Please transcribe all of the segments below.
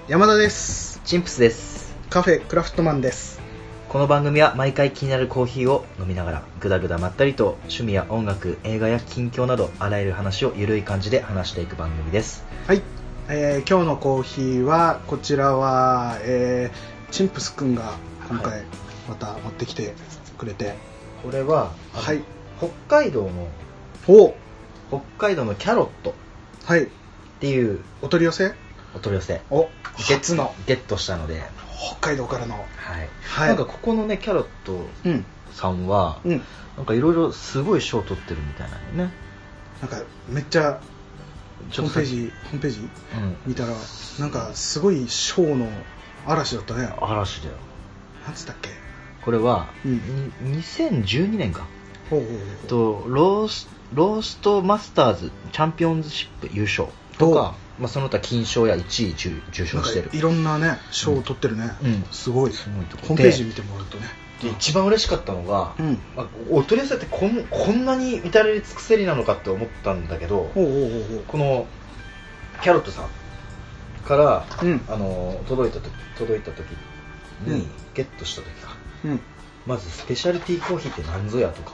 山田です。 チンプスです。 カフェクラフトマンです。 この番組は毎回気になるコーヒーを飲みながらぐだぐだまったりと趣味や音楽、映画や近況などあらゆる話をゆるい感じで話していく番組です。 はい、今日のコーヒーはこちらは、チンプスくんが今回また持ってきてくれて、 これは、 はい、 北海道のキャロットっていう、 お取り寄せ初のゲットしたので、 北海道からの、 なんかここのねキャロットさんは、なんかいろいろすごい賞を取ってるみたいなのね。 なんかめっちゃホームページ、見たらなんかすごい賞の嵐だったね。 嵐だよ。 なんつったっけこれは、2012年かローストマスターズチャンピオンズシップ優勝とか、その他金賞や1位受賞してる。 いろんなね賞を取ってるね、すごいホームページ見てもらうとね。 で一番嬉しかったのが、お取り寄せってこんなに至れり尽くせりなのかって思ったんだけど、このキャロットさんから、届いた時に、ゲットした時か、まずスペシャリティコーヒーって何ぞやとか、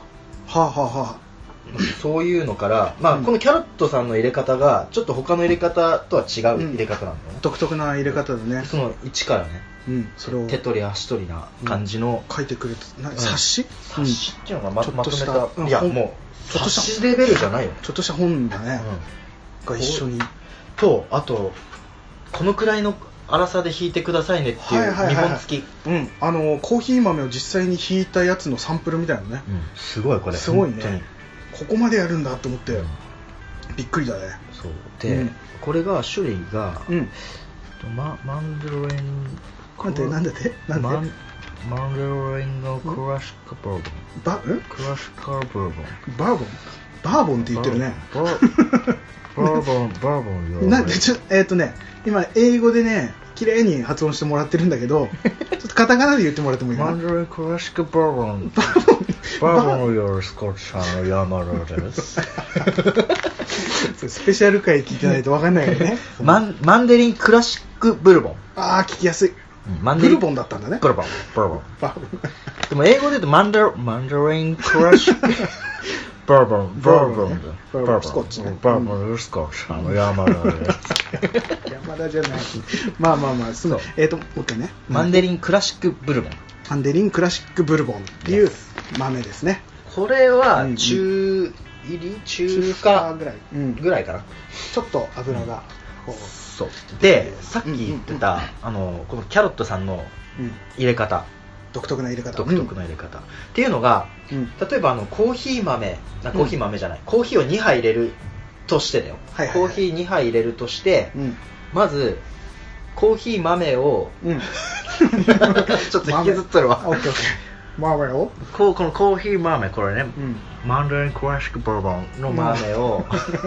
そういうのから、このキャロットさんの入れ方がちょっと他の入れ方とは違う入れ方なんだよね。 独特な入れ方だね。 その一からね、それを手取り足取りな感じの、 書いてくれた冊子っていうのがまとめた。いやもう冊子レベルじゃないよ。 ちょっとした本だね、が一緒にと、あとこのくらいの粗さで引いてくださいねっていう見本付き、 コーヒー豆を実際に引いたやつのサンプルみたいなね、 すごいこれすごいね。ここまでやるんだと思って、びっくりだね。 そうで、これが種類が、マンダリンなんだってマンダリンのクラシックバーボン、クラシックバーボン、 バーボンって言ってるね。 バーボンなんで今英語でね綺麗に発音してもらってるんだけど、ちょっとカタカナで言ってもらってもいいかな。 マンダリンクラシックバーボン、バーボンよりスコッチさんの山田です。 スペシャル回聞いてないと分かんないよね。 マンダリンクラシックブルボン。 聞きやすい。ブルボンだったんだね。 ブルボン。でも英語で言うとマンダリンクラシックバーボンスコッチね。 バーボンよりスコッチさんの山田です。 山田じゃない。もう一回ね。 マンダリンクラシックブルボン。 マンダリンクラシックブルボンっていう豆ですね。 これは中入り中華ぐらいかな。 ちょっと油がそうで、さっき言ってたこのキャロットさんの入れ方、 独特な入れ方っていうのが、例えばコーヒーを2杯入れるとしてだよ。コーヒー2杯入れるとして、まずコーヒー豆をちょっと引きずっとるわ。 豆をこのコーヒー豆、これね、マンダリンクラシックバーボンの豆を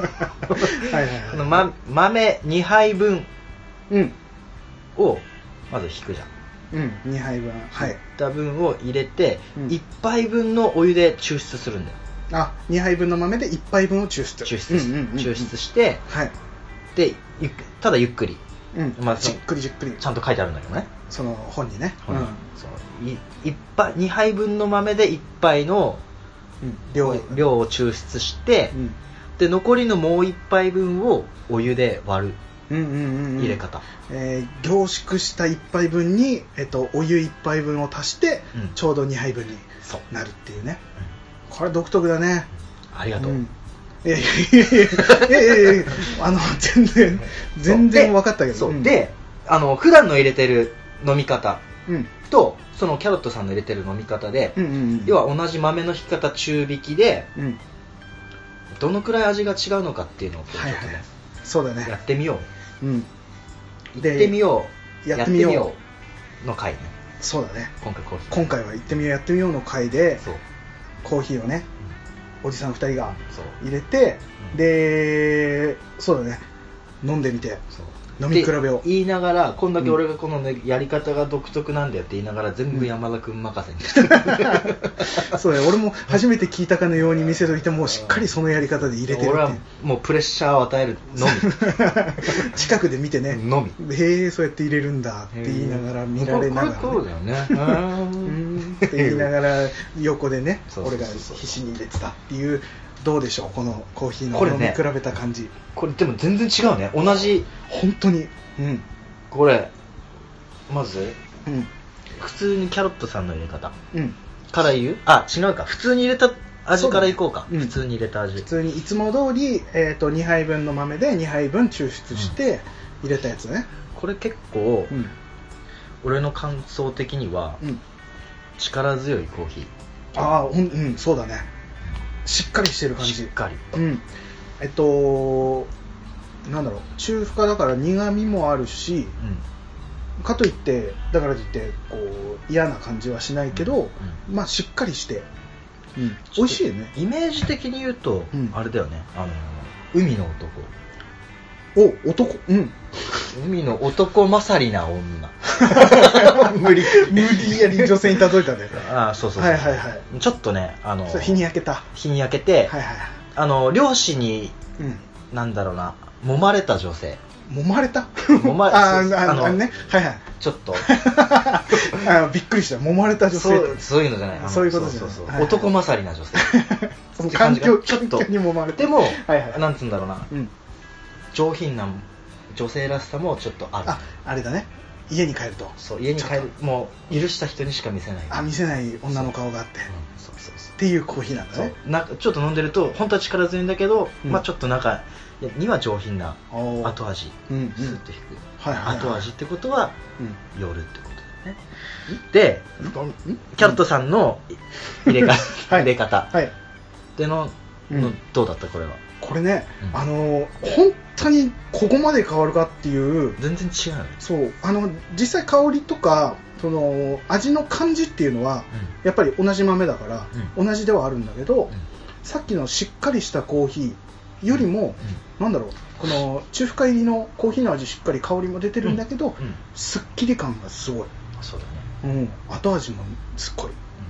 豆2杯分をまず引くじゃん。 2杯分、 引った分を入れて、1杯分のお湯で抽出するんだよ。 2杯分の豆で1杯分を抽出して、でただゆっくり、 じっくりちゃんと書いてあるんだけどね、その本にね。 2杯分の豆で1杯の量を抽出して、で残りのもう1杯分をお湯で割る入れ方。 凝縮した1杯分に、お湯1杯分を足して、ちょうど2杯分になるっていうね。これ独特だね。 ありがとう。 全然分かったけど。 で、普段の入れてる飲み方と、そのキャロットさんの入れてる飲み方で、要は同じ豆の引き方中引きで、どのくらい味が違うのかっていうのをちょっとね、 そうだね、 やってみよう。行ってみよう、やってみようの回ね。 そうだね。 今回は行ってみようやってみようの回で、コーヒーをね、おじさん2人が入れて、でそうだね、飲んでみて、 飲み比べを言いながら、こんだけ俺がこの、ね、やり方が独特なんだよって言いながら全部山田君任せにして、 そうね、俺も初めて聞いたかのように見せといてもしっかりそのやり方で入れてるっていう。 俺はもうプレッシャーを与えるのみ近くで見てね、 のみ、 へえそうやって入れるんだって言いながら見られながら、ね、 これだよねって言いながら横でね俺が必死に入れてたっていう。どうでしょうこのコーヒーの飲み比べた感じ。 これでも全然違うね。同じ本当に、 これまず、普通にキャロットさんの入れ方、から言う？あ、違うか。普通に入れた味からいこうか。普通に入れた味。 普通にいつも通り、2杯分の豆で2杯分抽出して入れたやつね。 これ結構、俺の感想的には、力強いコーヒー。ああ、そうだね。しっかりしてる感じ。 しっかり。 なんだろう、中深だから苦味もあるし、かといってだからといってこう嫌な感じはしないけど、まあしっかりして、美味しいよね。 イメージ的に言うと、あれだよね、海の男。 男、 海の男勝りな女。 無理やり女性に例えたね。 ああ、そう。ちょっとね、 日に焼けた。 日に焼けて、漁師に、なんだろうな、揉まれた女性。 揉まれた？ね、 ちょっとびっくりした。揉まれた女性。 そういうのじゃない。 そういうことじゃない。 男勝りな女性。 環境ちょっとに揉まれて。 でも、なんつうんだろうな。上品な女性らしさもちょっとある。 あれだね。家に帰ると。 そう、家に帰る、もう許した人にしか見せない。 見せない女の顔があって。っていうコーヒーなんだね。 なんかちょっと飲んでると本当は力強いんだけど、まあちょっと中には上品な後味、スーッと引く後味ってことは寄るってことだよね。で、キャロットさんの入れ方でのどうだったこれは？ これね、本当にここまで変わるかっていう。 全然違う。 そう、実際香りとかその味の感じっていうのは、やっぱり同じ豆だから、同じではあるんだけど、さっきのしっかりしたコーヒーよりも、なんだろう、この中深入りのコーヒーの味しっかり香りも出てるんだけど、すっきり感がすごい。 そうだね。 後味もすっごい。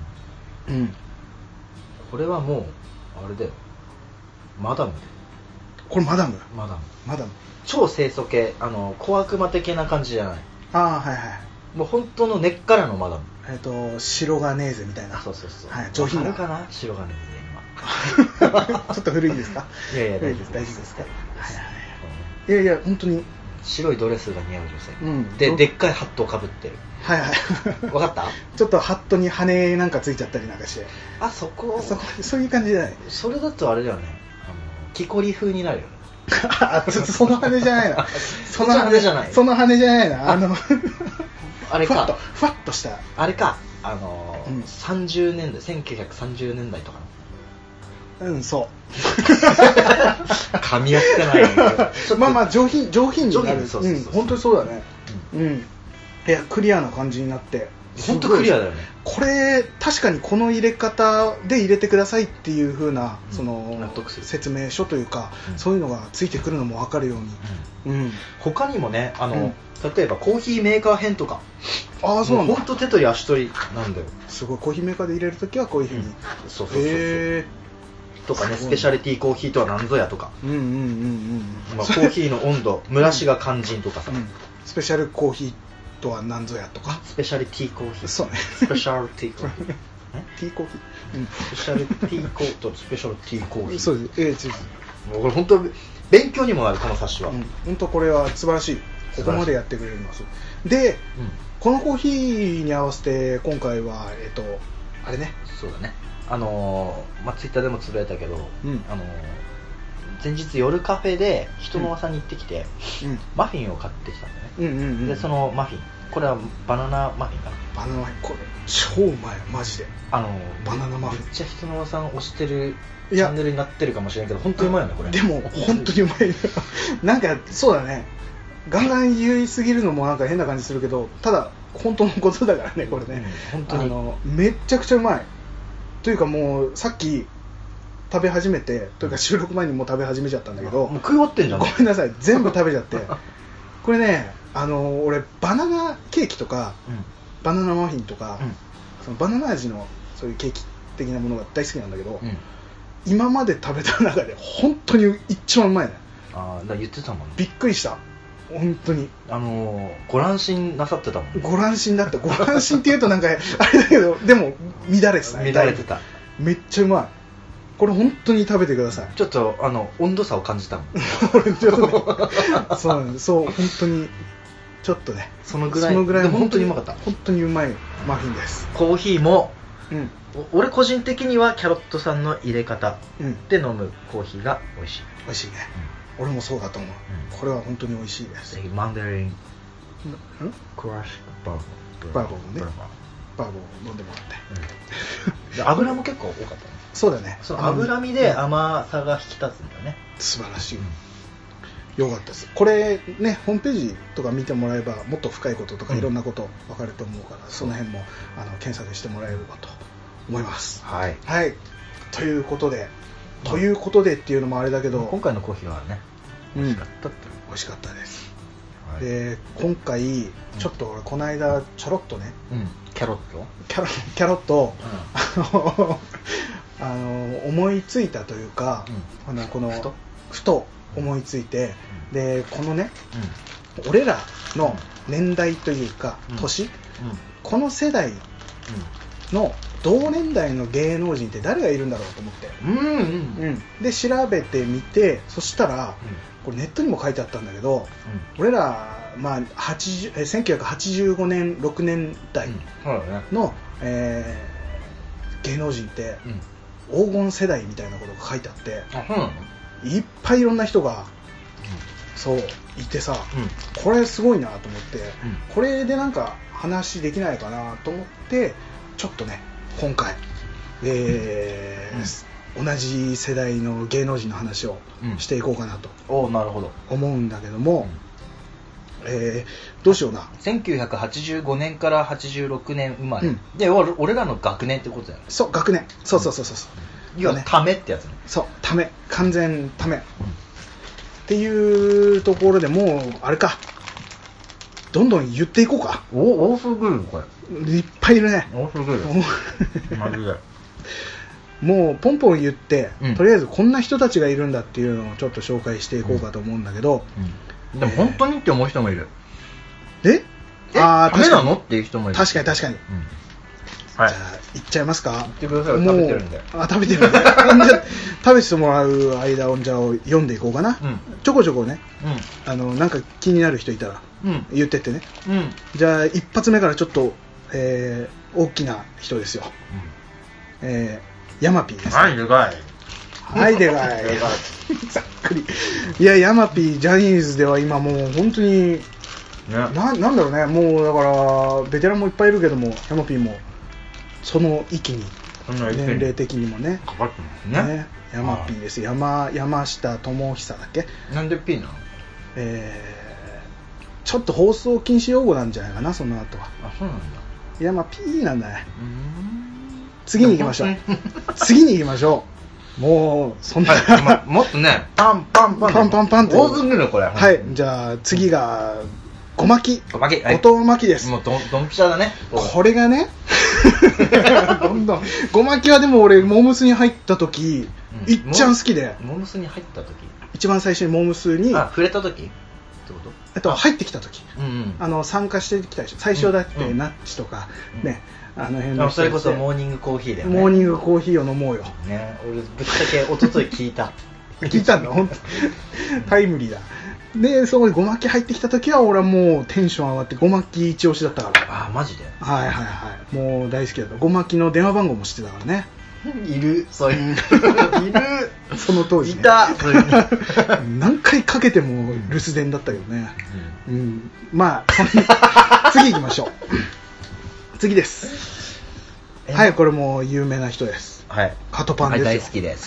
これはもうあれだよ。マダム。 これマダム。超清楚系、小悪魔的な感じじゃない。もう本当の根っからのマダム。 白ガネーゼみたいな。 そう。 上品な。 あるかな、白ガネーゼ今。ちょっと古いですか？ いや大丈夫ですか？いや本当に白いドレスが似合う女性。でっかいハットをかぶってる。分かった？ ちょっとハットに羽なんかついちゃったりなんかして。そういう感じじゃない。 それだとあれだよね。木こり風になるよね。 その羽じゃないな。その羽じゃないな。 あれか。 ふわっとした。 あれか。30年代、1930年代とかの。そう。 噛み合ってない。 まあ上品になる。本当にそうだね。いやクリアな感じになって。 本当クリアだよね。 これ確かにこの入れ方で入れてくださいっていう風なその説明書というか、そういうのがついてくるのも分かるように。 他にもね、例えばコーヒーメーカー編とか。 そうなんだ。 本当手取り足取りなんだよ。 すごい。コーヒーメーカーで入れるときはこういう風に。 そう。とかね、スペシャリティコーヒーとは何ぞやとか。コーヒーの温度、蒸らしが肝心とかさ。 スペシャルコーヒーとは何ぞやとか。 スペシャリティコーヒー。 そうね。 スペシャルティーコーヒー。 ティーコーヒー。 スペシャルティーコーとスペシャルティーコーヒー。 そうです。 もうこれ本当勉強にもなるこの冊子は。 本当これは素晴らしい。ここまでやってくれるのはそう。で、このコーヒーに合わせて今回はあれね。 そうだね。ツイッターでもつぶやいたけど、前日夜カフェで人の技に行ってきて、マフィンを買ってきたんだよね。でそのマフィン、これはバナナマフィンかな。 バナナマフィン、これ超うまいマジで。バナナマフィン。 めっちゃ人の技を推してるチャンネルになってるかもしれないけど、本当にうまいよねこれ。 でも本当にうまい。なんかそうだね。ガンガン言いすぎるのもなんか変な感じするけど、ただ本当のことだからねこれね。 本当にめっちゃくちゃうまい。というかもうさっき食べ始めてというか収録前にもう食べ始めちゃったんだけど、 もう食い終わってんじゃん。 ごめんなさい、全部食べちゃってこれね、俺バナナケーキとか、バナナマフィンとか、そのバナナ味のそういうケーキ的なものが大好きなんだけど、今まで食べた中で本当に一番うまいね。 だ言ってたもんね。 びっくりした本当に。 ご乱心なさってたもんね。 ご乱心だった。ご乱心っていうとなんかあれだけど、でも乱れてたね。 乱れてた。 めっちゃうまい。これ本当に食べてください。 ちょっと温度差を感じたもん。 俺ちょっとね、そう本当にちょっとね、 そのぐらいでも本当にうまかった。 本当にうまいマフィンです。 コーヒーも、俺個人的にはキャロットさんの入れ方で飲むコーヒーが美味しい。 美味しいね。俺もそうだと思う。これは本当に美味しいです。 マンダリンクラッシュバーボンね。 バーボン飲んでもらって。 油も結構多かったね。 そうだね。 その脂身で甘さが引き立つんだよね。 素晴らしい。よかったです。これね、ホームページとか見てもらえばもっと深いこととかいろんなこと分かると思うから、その辺も検索してもらえればと思います。 はい。 はい。ということでっていうのもあれだけど、 今回のコーヒーはね、美味しかったって。 美味しかったです。で、今回ちょっと俺この間ちょろっとね、 キャロット思いついたというか、このふと思いついて、でこのね、俺らの年代というか年、この世代の同年代の芸能人って誰がいるんだろうと思って、で調べてみて、そしたら、これネットにも書いてあったんだけど、俺ら、1985年6年代の、芸能人って、黄金世代みたいなことが書いてあって、いっぱいいろんな人が、そういてさ、これすごいなと思って、これでなんか話できないかなと思って、ちょっとね今回、同じ世代の芸能人の話をしていこうかなと思うんだけども、どうしような。 1985年から86年生まれ、で俺らの学年ってことだよね。 そう、学年。そう要はためってやつね。 そう、ため、完全ため、っていうところで、もうあれか、どんどん言っていこうか。 多すぎるこれ。 いっぱいいるね。 多すぎるマジで。 もうポンポン言って、とりあえずこんな人たちがいるんだっていうのをちょっと紹介していこうかと思うんだけど、 でも本当にって思う人もいる。 ダメなのっていう人もいる。 確かに、 はい、 じゃあ行っちゃいますか。 行ってください。食べてるんで。 食べてるんで食べてもらう間をじゃあ読んでいこうかな、ちょこちょこね、なんか気になる人いたら言ってってね、じゃあ一発目からちょっと、大きな人ですよ、ヤマピーです、ね、 はいでかいはいでかいざっくり。いや、ヤマピージャニーズでは今もう本当に、なんだろうね、もうだからベテランもいっぱいいるけども、ヤマピーもその域に年齢的にもねかかってますね。 ヤマピーです。山下智久だっけ。 なんで P なの？ ちょっと放送禁止用語なんじゃないかな、その後は。 そうなんだ。 いや、P なんだね。次に行きましょう。次に行きましょう。もうそんな、 もっとね、パンパンって多すぎるこれ。 はい、じゃあ次がごまき、後藤真希です。 もうドンピシャだね。 これがねどんどんごまきはでも俺モームスに入った時、いっちゃん好きで。 モームスに入った時、 一番最初にモームスに触れた時ってこと？入ってきた時、参加してきたでしょ。最初だってナッチとかね、辺のそれこそモーニングコーヒーだよね。 モーニングコーヒーを飲もうよね。俺ぶっちゃけ一昨日聞いた聞いたんだ、本当タイムリーだ。で、そこにごまき入ってきた時は俺はもうテンション上がってごまき一押しだったから。 マジで？ はいはいはい、もう大好きだった。ごまきの電話番号も知ってたからね。 いる、そういういるその当時、ね、 いた何回かけても留守電だったけどね、まあ次行きましょう。次です。はい、これも有名な人です。 はい、 カトパンですよ。 大好きです。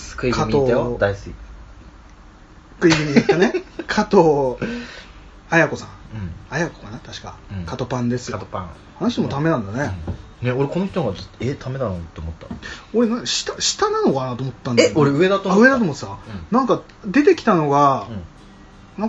食い気味言ったよ。大好き。 食い気味言ったね。加藤綾子さん、綾子かな確か、カトパンですよ。 カトパン。 あの人もダメなんだね。 ね、俺この人がダメだなって思った。 俺下なのかなと思ったんだけど。 俺上だと思った。 上だと思ってた。なんか出てきたのが、なんか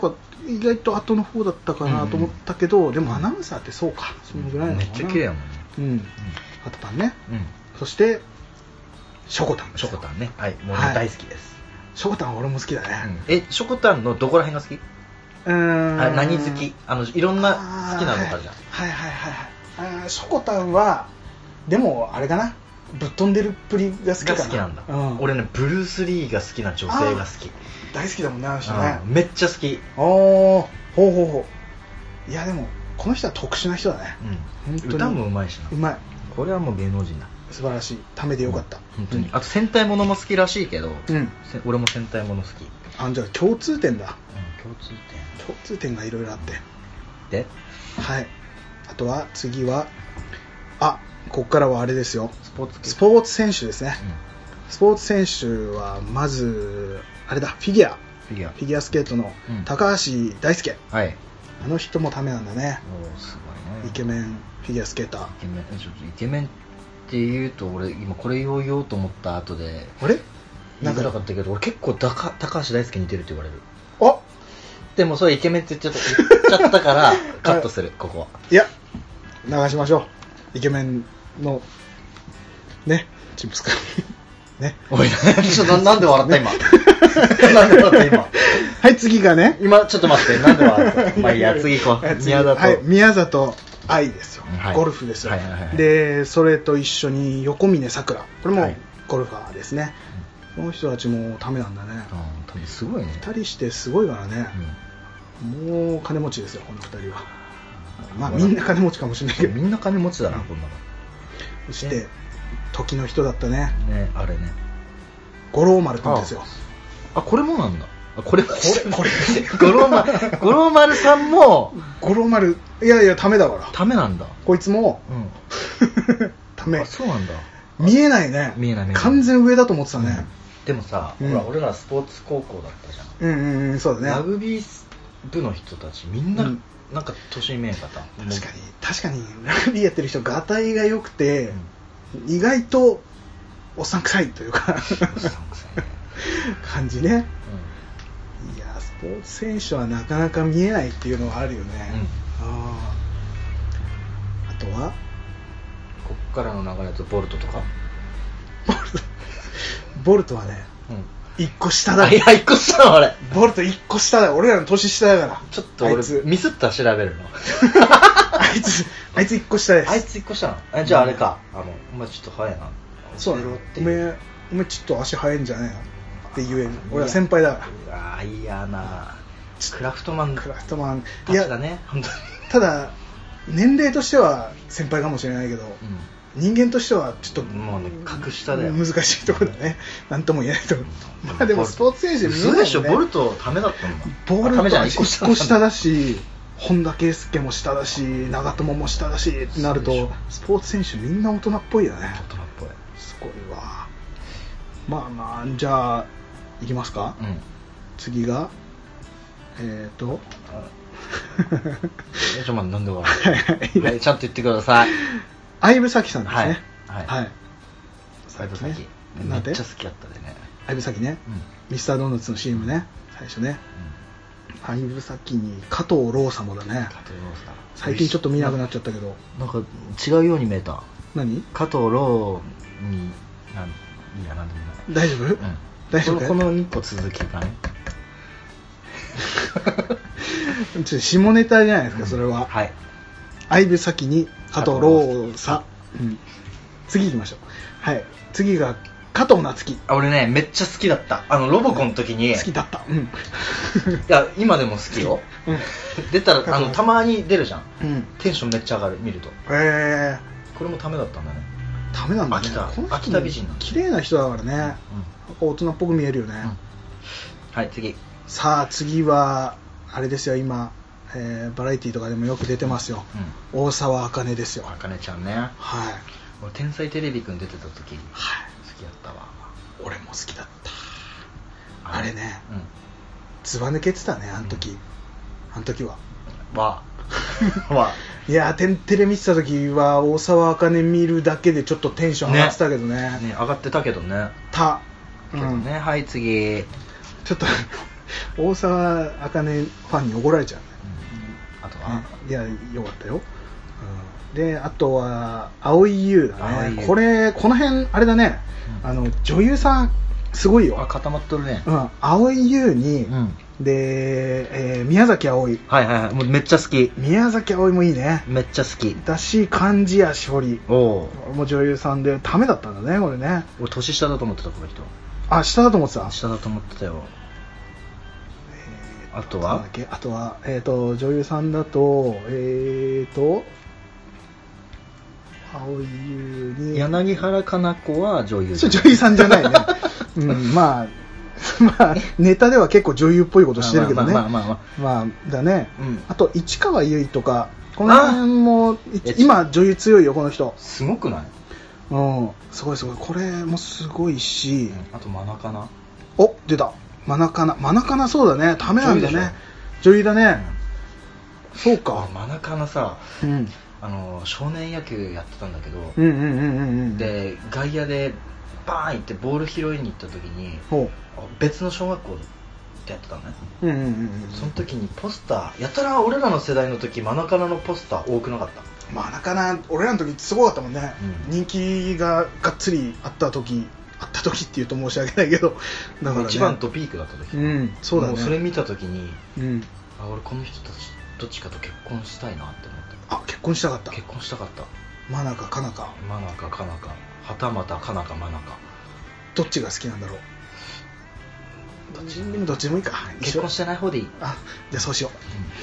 意外と後の方だったかなと思ったけど、でもアナウンサーってそうか、そのぐらいなのかな。 めっちゃ綺麗やもんね。 ハトタンね。そしてショコタン。 ショコタンね。はい、もう大好きです。 ショコタンは俺も好きだね。 ショコタンのどこら辺が好き？何好き？いろんな好きなのかじゃん。 はいはいはい。ショコタンはでもあれかな、ぶっ飛んでるっぷりが好きかな。 好きなんだ。俺ね、ブルース・リーが好きな女性が好き。 大好きだもんね、あの人ね。 めっちゃ好き。 ほう。いやでもこの人は特殊な人だね。 歌もうまいしな。 うまい。 これはもう芸能人だ。 素晴らしい。ためでよかった。 本当に。あと戦隊ものも好きらしいけど、俺も戦隊もの好き。 じゃあ共通点だ。 共通点がいろいろあって。 で、 はい。あとは次はここからはあれですよ。スポーツ選手ですね。スポーツ選手はまずあれだ、フィギュアスケートの高橋大輔。あの人もためなんだね。 すごいね。 イケメンフィギュアスケーター。 イケメンって言うと俺今これを言おうと思った後で言いづらかったけど、俺結構高橋大輔似てるって言われる。でもそれイケメンって言っちゃったからカットする。ここはいや流しましょう。イケメンのねチンプスかね。 おいなんで笑った今なんで笑った今。 はい、次がね、 今ちょっと待って、なんで笑ったまあいいや、次行こう。 宮里藍ですよ。ゴルフですよ。でそれと一緒に横峯さくら、これもゴルファーですね。この人たちもためなんだね。 すごいね。 2人してすごいからね。もう金持ちですよ、この2人は。まあみんな金持ちかもしれないけど、 みんな金持ちだな、こんなの。 そして時の人だったね。 あれね、 五郎丸くんですよ。 これもなんだ。これ五郎丸さんも五郎丸、いやためだから。 ためなんだ。 こいつもため。 そうなんだ。 見えないね。完全上だと思ってたね。 でもさ、俺らスポーツ高校だったじゃん。 そうだね。 ラグビー部の人たちみんななんか年見えんかった。 確かにラグビーやってる人がたいが良くて、意外とおっさん臭いというか感じね。いやスポーツ選手はなかなか見えないっていうのはあるよね。あとはこっからの流れだとボルトとか。 ボルトはね、1個下だ。 1個下だ。あれボルト1個下だ。俺らの年下だから。 ちょっと俺ミスったら調べるのあいつ1個下です。 あいつ1個下なの。じゃああれか、お前ちょっと早いな。 そうなの。お前ちょっと足早いんじゃねえのって言える。俺は先輩だから。 いやな、クラフトマンいやだね、本当に。ただ年齢としては先輩かもしれないけど、人間としてはちょっともうね、格下だよ。 難しいところだね。なんとも言えないところ。まあでもスポーツ選手見えないよね。 そうでしょ。ボルトためだったんだ。 ボルトは1個下だし、本田圭佑も下だし、長友も下だしってなると、スポーツ選手みんな大人っぽいよね。 大人っぽい。 すごいわ。まあじゃあいきますか。次がちょっと待って、なんで笑う。はい、ちゃんと言ってください。 相武咲さんですね。 相武咲めっちゃ好きだったでね。 相武咲ね、ミスタードーナツの CM ね、最初ね。相武咲に加藤ローサもだね。最近ちょっと見なくなっちゃったけど、 なんか違うように見えた。 何？ 加藤ローにいや、なんでもない。大丈夫？大丈夫。 この2個続きがねちょっと下ネタじゃないですか、それは。相武咲に加藤ローサ。次行きましょう。はい、次が加藤夏希。 俺ね、めっちゃ好きだった。ロボコンの時に好きだった。いや、今でも好きよ。出たらたまに出るじゃん。テンションめっちゃ上がる、見ると。これもためだったんだね。 ためなんだね。 秋田美人。 綺麗な人だからね。大人っぽく見えるよね。 はい、次。 さあ次はあれですよ、今バラエティーとかでもよく出てますよ。大沢あかねですよ。 あかねちゃんね。俺天才テレビくん出てた時好きだったわ。 俺も好きだった。あれね、ずば抜けてたね、あの時はいや、テレ見てた時は大沢あかね見るだけでちょっとテンション上がってたけどね。 上がってたけどね。 はい、次ちょっと大沢あかねファンに怒られちゃう、 あとは、 いやよかったよ、であとは蒼井優だね。この辺あれだね、女優さんすごいよ。 固まっとるね。 蒼井優に、で、宮崎あおい。 はいはいはい、もうめっちゃ好き。 宮崎あおいもいいね。 めっちゃ好きだし、貫地谷しほりもう女優さんでためだったんだね、これね。 俺年下だと思ってた、この人。 あ、下だと思ってた。 下だと思ってたよ。あとは女優さんだと蒼井優に柳原加奈子は女優。 女優さんじゃないね。まあネタでは結構女優っぽいことしてるけどね。まあだね。あと市川由衣とかこの辺も今女優強いよ、この人。 すごくない？ すごいすごい。これもすごいし、 あとマナカナ。 お、出た。マナカナそうだね。ためなんだね。女優だね。そうか。 マナカナさ、少年野球やってたんだけど、で外野でバーン行ってボール拾いに行った時に別の小学校でやってたのね。その時にポスターやたら俺らの世代の時マナカナのポスター多くなかった？ マナカナ俺らの時すごかったもんね。人気ががっつりあった時っていうと申し訳ないけど、 だから、ね、一番とピークだった時、 そうだね。 それ見た時に、俺この人たちどっちかと結婚したいなって思って。 結婚したかった。 結婚したかった。 マナカカナカはたまたカナカマナカ、 どっちが好きなんだろう。どっちでもいいか。 結婚してない方でいい。 じゃあそうしよ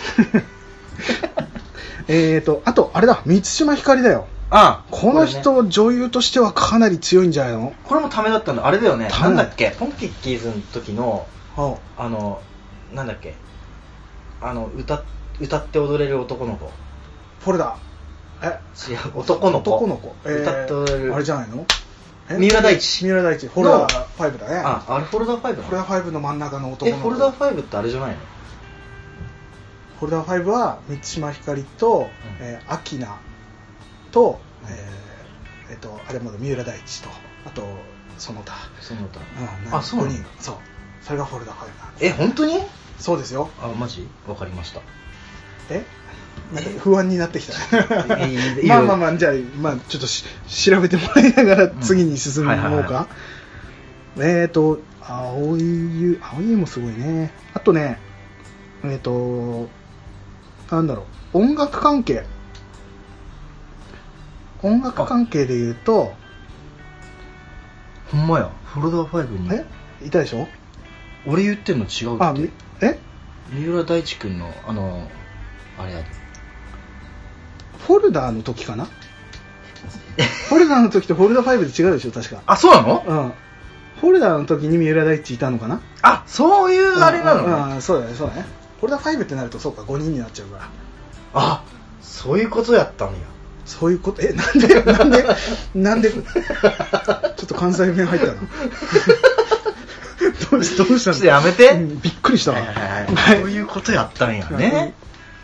う。あとあれだ、満島ひかりだよ。この人、女優としてはかなり強いんじゃないの？ これもためだったんだ。あれだよね、なんだっけ、ポンキッキーズの時のなんだっけ、歌って踊れる男の子。 フォルダ。 違う、男の子。歌って踊れる。 あれじゃないの？ 三浦大知。 フォルダ5だね。 あれフォルダ5なの？ フォルダ5の真ん中の男の子。 フォルダ5ってあれじゃないの？ フォルダ5は満島ひかりとアキナとあれも三浦大知と、あと園田。 そう人。そう。それがフォルダ5なんです。 本当に？ そうですよ。 マジ？わかりました。 なんか不安になってきた。まあじゃあちょっと調べてもらいながら次に進もうか。蒼井優もすごいね。あとね、なんだろう、音楽関係で言うと、 ほんまや、フォルダ5にいたでしょ。俺言ってんの違うって。三浦大知君のあれや。 フォルダーの時かな。フォルダーの時とフォルダ5で違うでしょ、確か。 そうなの？ フォルダーの時に三浦大知いたのかな。 そういうあれなの？ そうだね。フォルダ5ってなるとそうか、5人になっちゃうから。 そういうことやったんや。 そういうこと。なんでちょっと関西弁入ったな。どうしたの？ ちょっとやめて。 びっくりしたわ。 そういうことやったんやね。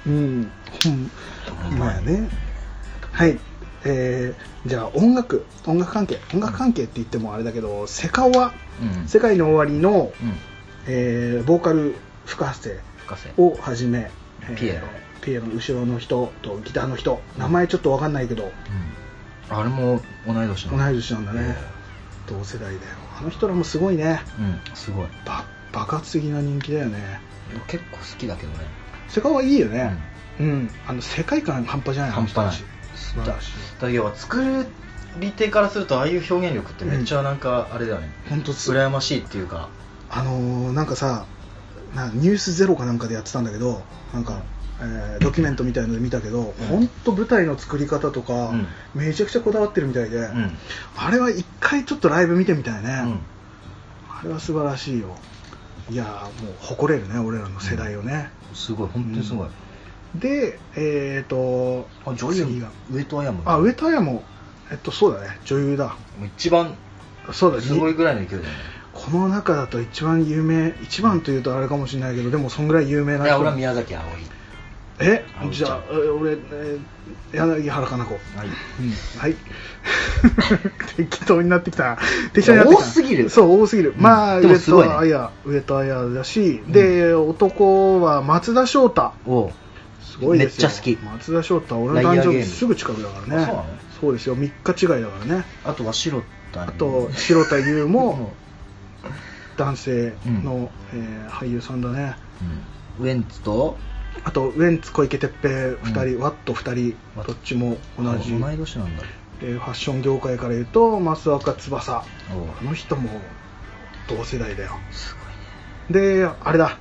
まあね。はい。じゃあ音楽関係って言ってもあれだけど、セカオワ、世界の終わりのボーカル深瀬をはじめ、ピエロの後ろの人とギターの人、名前ちょっと分かんないけど、 あれも同い年なんだね。同世代だよ。あの人らもすごいね。 すごい。 爆発的な人気だよね。 結構好きだけどね。 セカオワいいよね。世界観半端じゃない。 半端ない。だ要は作り手からするとああいう表現力ってめっちゃなんかあれだよね。本当羨ましいっていうか。 なんかさ、ニュースゼロかなんかでやってたんだけど、なんかドキュメントみたいので見たけど、本当舞台の作り方とかめちゃくちゃこだわってるみたいで、あれは一回ちょっとライブ見てみたいね。あれは素晴らしいよ。いやもう誇れるね、俺らの世代をね。 すごい、本当にすごい。 で、 女優が上戸彩も。 上戸彩もそうだね、女優だ。 一番そうだ、 すごいぐらいの勢いだよね。 この中だと一番有名、一番というとあれかもしれないけど、でもそんぐらい有名な人。 俺は宮崎あおい。 じゃあ俺、柳原かな子。はい、はい、適当になってきた。 多すぎる。 そう、多すぎる。まあ、 でもすごいね、 上戸彩だし、で、男は松田翔太。すごいですよ。 めっちゃ好き。 松田翔太、俺の誕生日すぐ近くだからね。そうですよ、3日違いだからね。 あとは白田優も男性の、俳優さんだね。 ウエンツと、 あとウエンツ、小池徹平2人、ワット2人、どっちも同い年なんだ。ファッション業界から言うと増若翼、あの人も同世代だよ。 すごいね。 で、あれだ、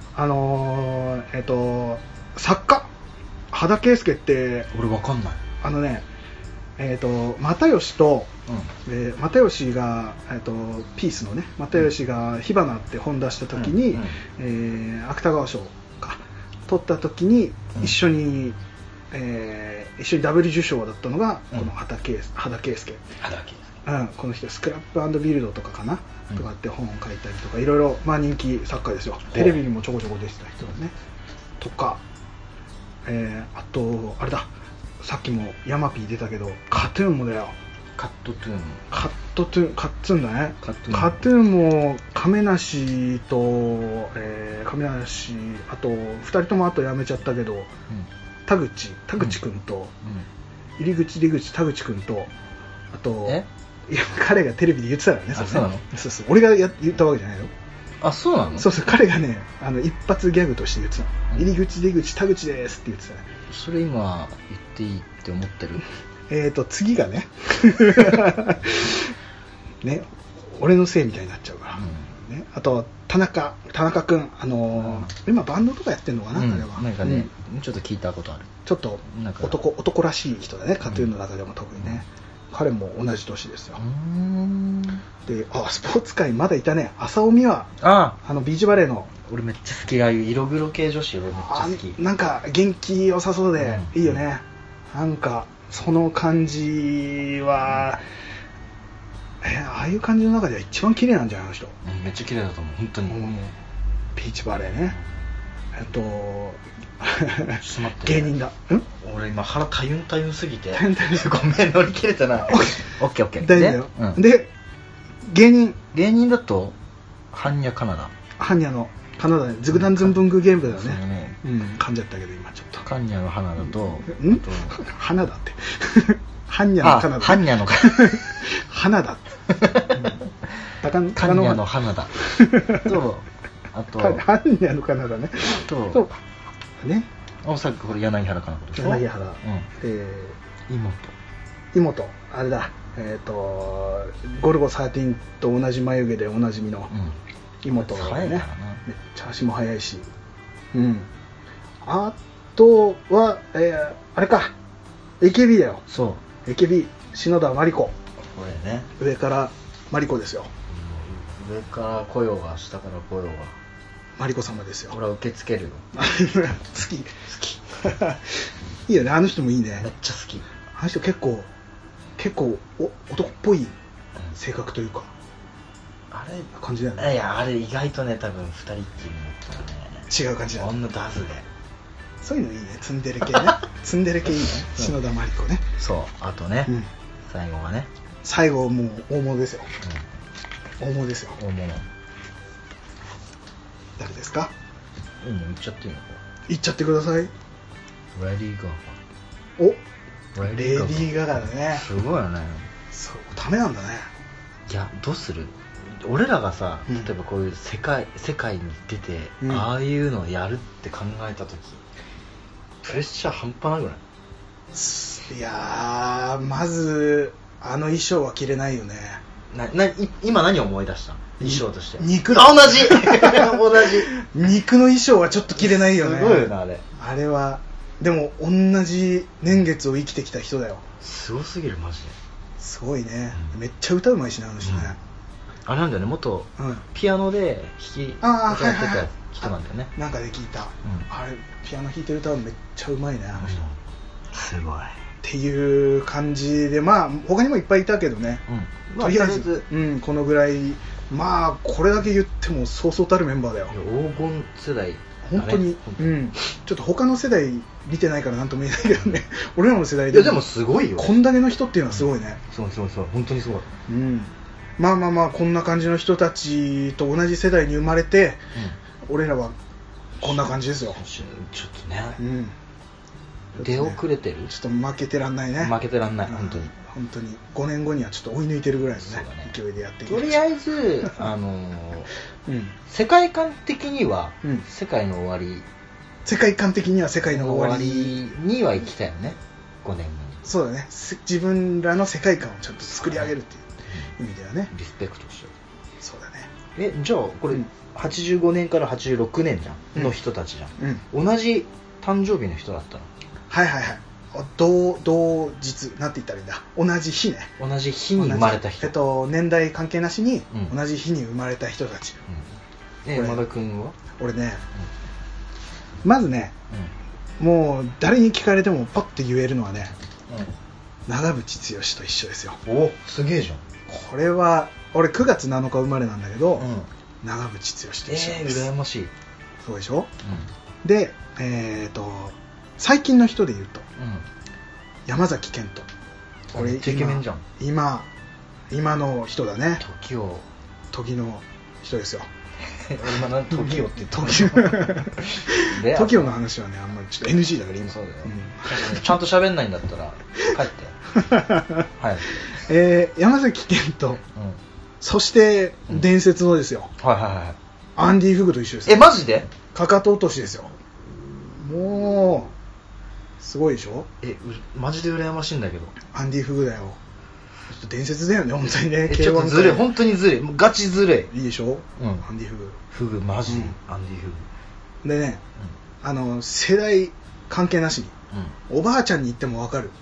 作家羽田圭介って、 俺わかんない。 又吉と、又吉が、ピースのね、又吉が火花って本出した時に、芥川賞か取った時に一緒にダブル受賞だったのがこの羽田圭介。この人スクラップ&ビルドとかかな、とかって本を書いたりとかいろいろ、人気作家ですよ。テレビにもちょこちょこ出てた人だね。とか、あとあれだ、さっきもヤマピー出たけどカトゥーンもだよ。カッツーンだね。カトゥーンも亀梨と、あと2人ともあと辞めちゃったけど、田口君と、入り口出口田口君と、あといや彼がテレビで言ってたからね。 そうなの？ そうそう、俺が言ったわけじゃないよ。 あ、そうなの？ そうそう、彼がね、一発ギャグとして言ってた。入り口出口田口ですって言ってたね。それ今言っていいって思ってる？ 次がねね、俺のせいみたいになっちゃうから、ね、あと田中君、今バンドとかやってんのかな、彼は。 なんかね、ちょっと聞いたことある。 ちょっと男らしい人だね、カトゥーンの中でも特にね。彼も同じ年ですよ。で、スポーツ界まだいたね、浅尾美和、ビーチバレーの。 俺めっちゃ好き、ああいう色黒系女子俺めっちゃ好き。 なんか元気良さそうでいいよね。なんかその感じは、ああいう感じの中では一番綺麗なんじゃないの人。 めっちゃ綺麗だと思う、本当に。 ビーチバレーね。芸人だ。 俺今腹たゆんすぎてごめん、乗り切れてない。オッケー大丈夫だよ。で、芸人だと般若カナダ。 般若のカナダね、ズグダンズンブングゲームだよね。噛んじゃったけど今ちょっと。 般若の花だと、 花だって。般若のカナダ。 般若の花だ。 般若の花だ。と、あと般若のカナダね。とね。 さっきこれ柳原かなことでしょ。 柳原。妹あれだ。ゴルゴ13と同じ眉毛でおなじみの妹がね。めっちゃ足も速いし。あとはあれか。AKB だよ。 そう。 AKB 篠田麻里子。これね。 上から麻里子ですよ。 上から来ようが下から来ようが。 マリコ様ですよ。 俺は受け付けるよ。 好きいいよね、あの人もいいね。 めっちゃ好き。 あの人結構男っぽい性格というか、あれ感じだよね。 いや、あれ意外とね、多分2人っきりになったらね違う感じだよ。 女ダズでそういうのいいね、ツンデレ系ね。ツンデレ系いいね。篠田麻里子ね。 そう、あとね、最後がね、 最後もう大物ですよ。大物ですよ。 大物誰ですか？ 言っちゃっていいの？ 言っちゃってください。 レディー・ガガ。レディー・ガガだね。 すごいよね。 そう、ダメなんだね。 いや、どうする？俺らがさ、例えばこういう世界に出て、ああいうのをやるって考えた時、プレッシャー半端ないぐらい。 いやー、まずあの衣装は着れないよね。 今何を思い出した？衣装として肉だ。同じ肉の衣装はちょっと着れないよね。 すごいよな、 あれは。でも同じ年月を生きてきた人だよ。 すごすぎる、マジで。 すごいね。めっちゃ歌うまいしね、あの人ね。 あれなんだよね、元ピアノで弾き歌ってた人なんだよね。 なんかで聞いた。あれピアノ弾いてる歌めっちゃうまいね、あの人。 すごい。 っていう感じで、まあ他にもいっぱいいたけどね。とりあえずこのぐらい。まあこれだけ言ってもそうそうたるメンバーだよ。 黄金世代。 本当に、ちょっと他の世代見てないからなんとも言えないけどね俺らの世代ででもすごいよ、 こんだけの人っていうのはすごいね、 そう本当にすごい、 まあこんな感じの人たちと同じ世代に生まれて、俺らはこんな感じですよ。 ちょっとね、出遅れてる、 ちょっと負けてらんないね。 負けてらんない、本当に5年後にはちょっと追い抜いてるぐらいのね勢いでやっていきましょう。 とりあえず世界観的には世界の終わり、 世界観的には世界の終わりには行きたいよね、5年後に。 そうだね、自分らの世界観をちゃんと作り上げるっていう意味ではね、 リスペクトしよう。 そうだね。 じゃあこれ、85年から86年じゃん、の人たちじゃん、同じ誕生日の人だったの。 はい同日なんて言ったらいいんだ、同じ日ね、 同じ日に生まれた人、 年代関係なしに同じ日に生まれた人たち。 山田君は？ 俺ね、まずね、もう誰に聞かれてもパッて言えるのはね、長渕剛と一緒ですよ。 お、すげえじゃん。 これは俺9月7日生まれなんだけど、長渕剛と一緒です。 羨ましい。 そうでしょ、で最近の人で言うと、山崎賢人。 これイケメンじゃん。 今の人だね。時の人ですよ。 今何時をって言った時の話はね、あんまりちょっと NG だから今。 そうだよ、ちゃんと喋んないんだったら帰ってはい。 山崎賢人、そして伝説のですよ、アンディ・フグと一緒ですよ。 マジで？ かかと落としですよ。もうすごいでしょ。 マジで羨ましいんだけど。 アンディ・フグだよ。ちょっと伝説だよね、本当にね。 ちょっとずるい、本当にずるい、ガチずるい。 いいでしょ、アンディ・フグマジ、アンディ・フグでね、世代関係なしに、おばあちゃんに言っても分かる、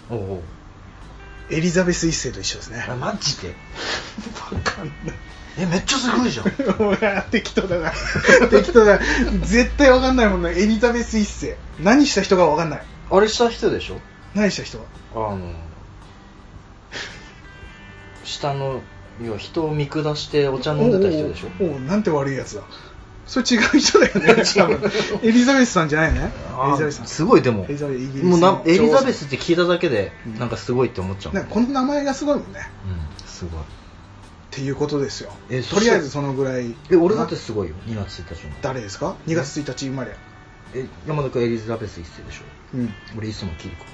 エリザベス一世と一緒ですね。 マジで分かんない。 めっちゃすごいじゃん。 適当だな適当だ。絶対分かんないもんね。エリザベス一世何した人か分かんない。 あれした人でしょ。 何した人？ 下の人を見下してお茶飲んでた人でしょ。 なんて悪いやつだ。それ違う人だよね多分エリザベスさんじゃないよね。エリザベスさんすごい。でももうエリザベスって聞いただけでなんかすごいって思っちゃう、 ね、この名前がすごいもんね。 すごいっていうことですよ。とりあえずそのぐらい。 俺だってすごいよ。2月1日の誰ですか？2月1日生まれ。 山田君エリザベス一世でしょ。俺磯野桐子。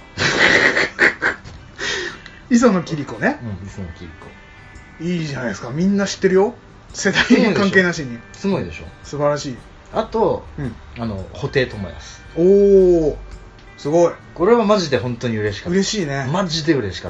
磯野桐子ね。 磯野桐子いいじゃないですか。みんな知ってるよ、世代に関係なしに。 すごいでしょ。 素晴らしい。 あと布袋寅泰。 おお、すごい。 これはマジで本当に嬉しかった。 嬉しいね。 マジで嬉しかった。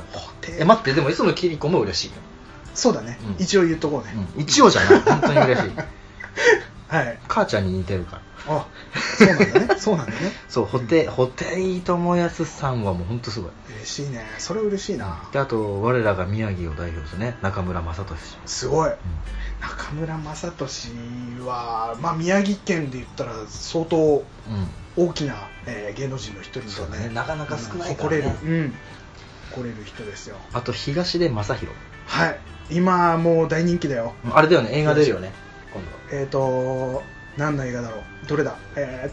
待って、でも磯野桐子も嬉しいよ。 そうだね、一応言っとこうね。 一応じゃない、本当に嬉しい。 はい。 母ちゃんに似てるから。 あ、そうなんだね。そうなんだね。 そう、布袋寅泰さんはもう本当すごい。 嬉しいね。それ嬉しいな。 で、あと我らが宮城を代表するね、中村雅俊。 すごい。中村雅俊は、まあ宮城県で言ったら相当大きな、芸能人の一人だね。 なかなか少ないからね。 誇れる人ですよ。 あと東出昌大。 はい。今もう大人気だよ。 あれだよね、映画出るよね。 今度。何の映画だろう。どれだ。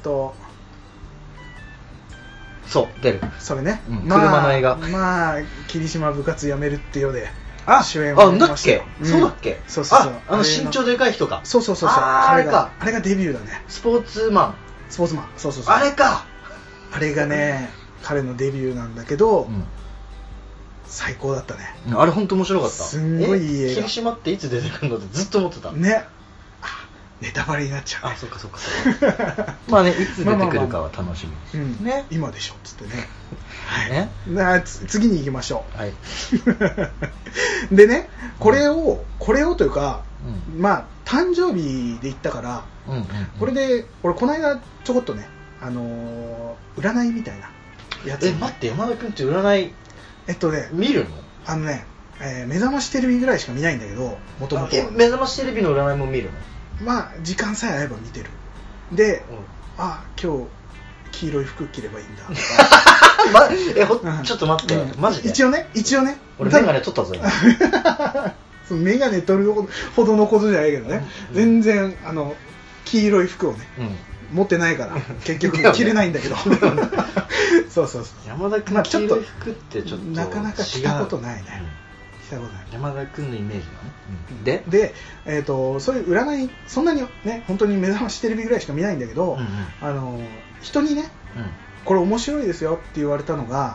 そう出る。 それね。 車の映画。 まあ霧島部活やめるってようで。 主演をやりましたよ。そうだっけ。 そうそう。 身長でかい人か。 そう。あれがデビューだね。 スポーツマン。 そう。 あれか。 あれがね、彼のデビューなんだけど。最高だったね。 あれ本当面白かった。 すんごいいい映画。 霧島っていつ出てくるのってずっと思ってたね。ネタバレになっちゃう。 そっか。まあね、いつ出てくるかは楽しみね。今でしょっつってね。はい。次に行きましょう。はい。でね、これをというか、まあ誕生日で言ったから、これで俺この間ちょこっとね、占いみたいなやつ。 待って、山田君って占い見るの？ 目覚ましテレビぐらいしか見ないんだけど、もともと。 目覚ましテレビの占いも見るの？ まあ時間さえ合えば見てる。で、今日黄色い服着ればいいんだとか。 ちょっと待って、マジで？ 一応ね。 俺メガネ取ったぞ今。 メガネ取るほどのことじゃないけどね。全然黄色い服をね持ってないから結局着れないんだけどそう山田君の黄色い服ってちょっとなかなか着たことないね、 山田君のイメージなの、 で、そういう占いそんなにね本当に目覚ましテレビぐらいしか見ないんだけど、人にね、これ面白いですよって言われたのが、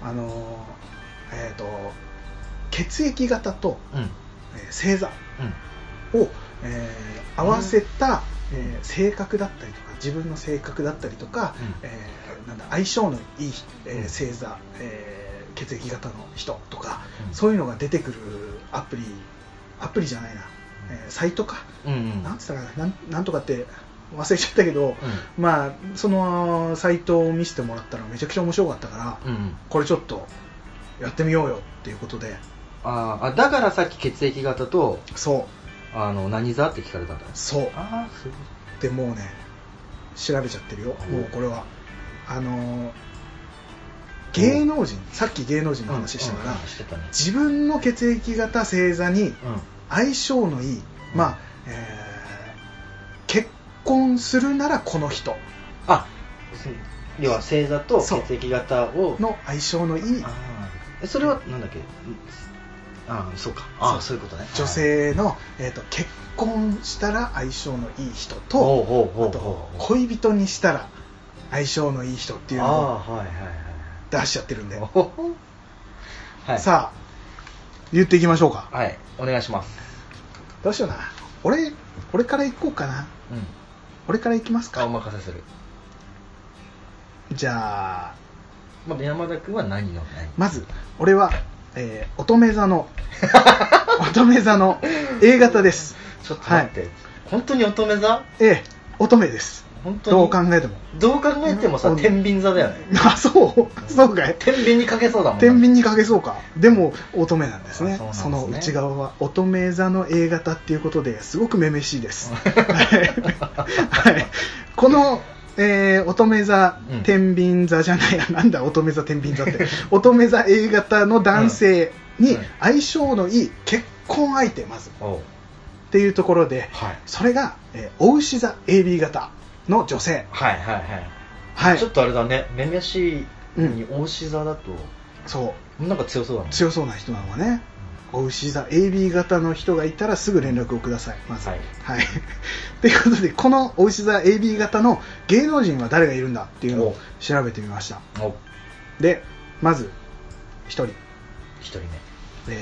血液型と、星座を、合わせた、性格だったりとか自分の性格だったりとか、相性のいい、星座、血液型の人とか、そういうのが出てくるアプリじゃないな、サイトか、なんつったかな、なんとかって忘れちゃったけど、まあそのサイトを見せてもらったらめちゃくちゃ面白かったから、これちょっとやってみようよっていうことで、 だからさっき血液型と何座って聞かれたんだ。 そう。でもうね調べちゃってるよ。もうこれは芸能人、さっき芸能人の話したから、自分の血液型星座に相性のいい、結婚するならこの人。 要は星座と血液型の相性のいい。 それはなんだっけ。そうか。そういうことね。 女性の、結婚したら相性のいい人と、あと恋人にしたら相性のいい人っていうのを出しちゃってるんで、さあ言っていきましょうか。 はい、お願いします。 どうしような。俺から行こうかな。俺から行きますか。 お任せする。 じゃあ、 山田君は何のまず俺は乙女座のA 型です。 ちょっと待って、本当に乙女座？ 乙女です。本当にどう考えてもさ、天秤座だよね。 そうかい。 天秤にかけそうだもん。 天秤にかけそうか。でも乙女なんですね。その内側は乙女座の A 型っていうことですごくめめしいです。この乙女座、天秤座じゃないや、なんだ乙女座天秤座って乙女座 A 型の男性に相性のいい結婚相手、まずっていうところで、それが牡牛座 AB 型の女性。 ちょっとあれだね、めめしいに牡牛座だと、なんか強そうだね。 強そうな人なのはね、牡牛座 AB 型の人がいたらすぐ連絡をください、まず。ということで、この牡牛座 AB 型の芸能人は誰がいるんだっていうのを調べてみました。で、まず1人目、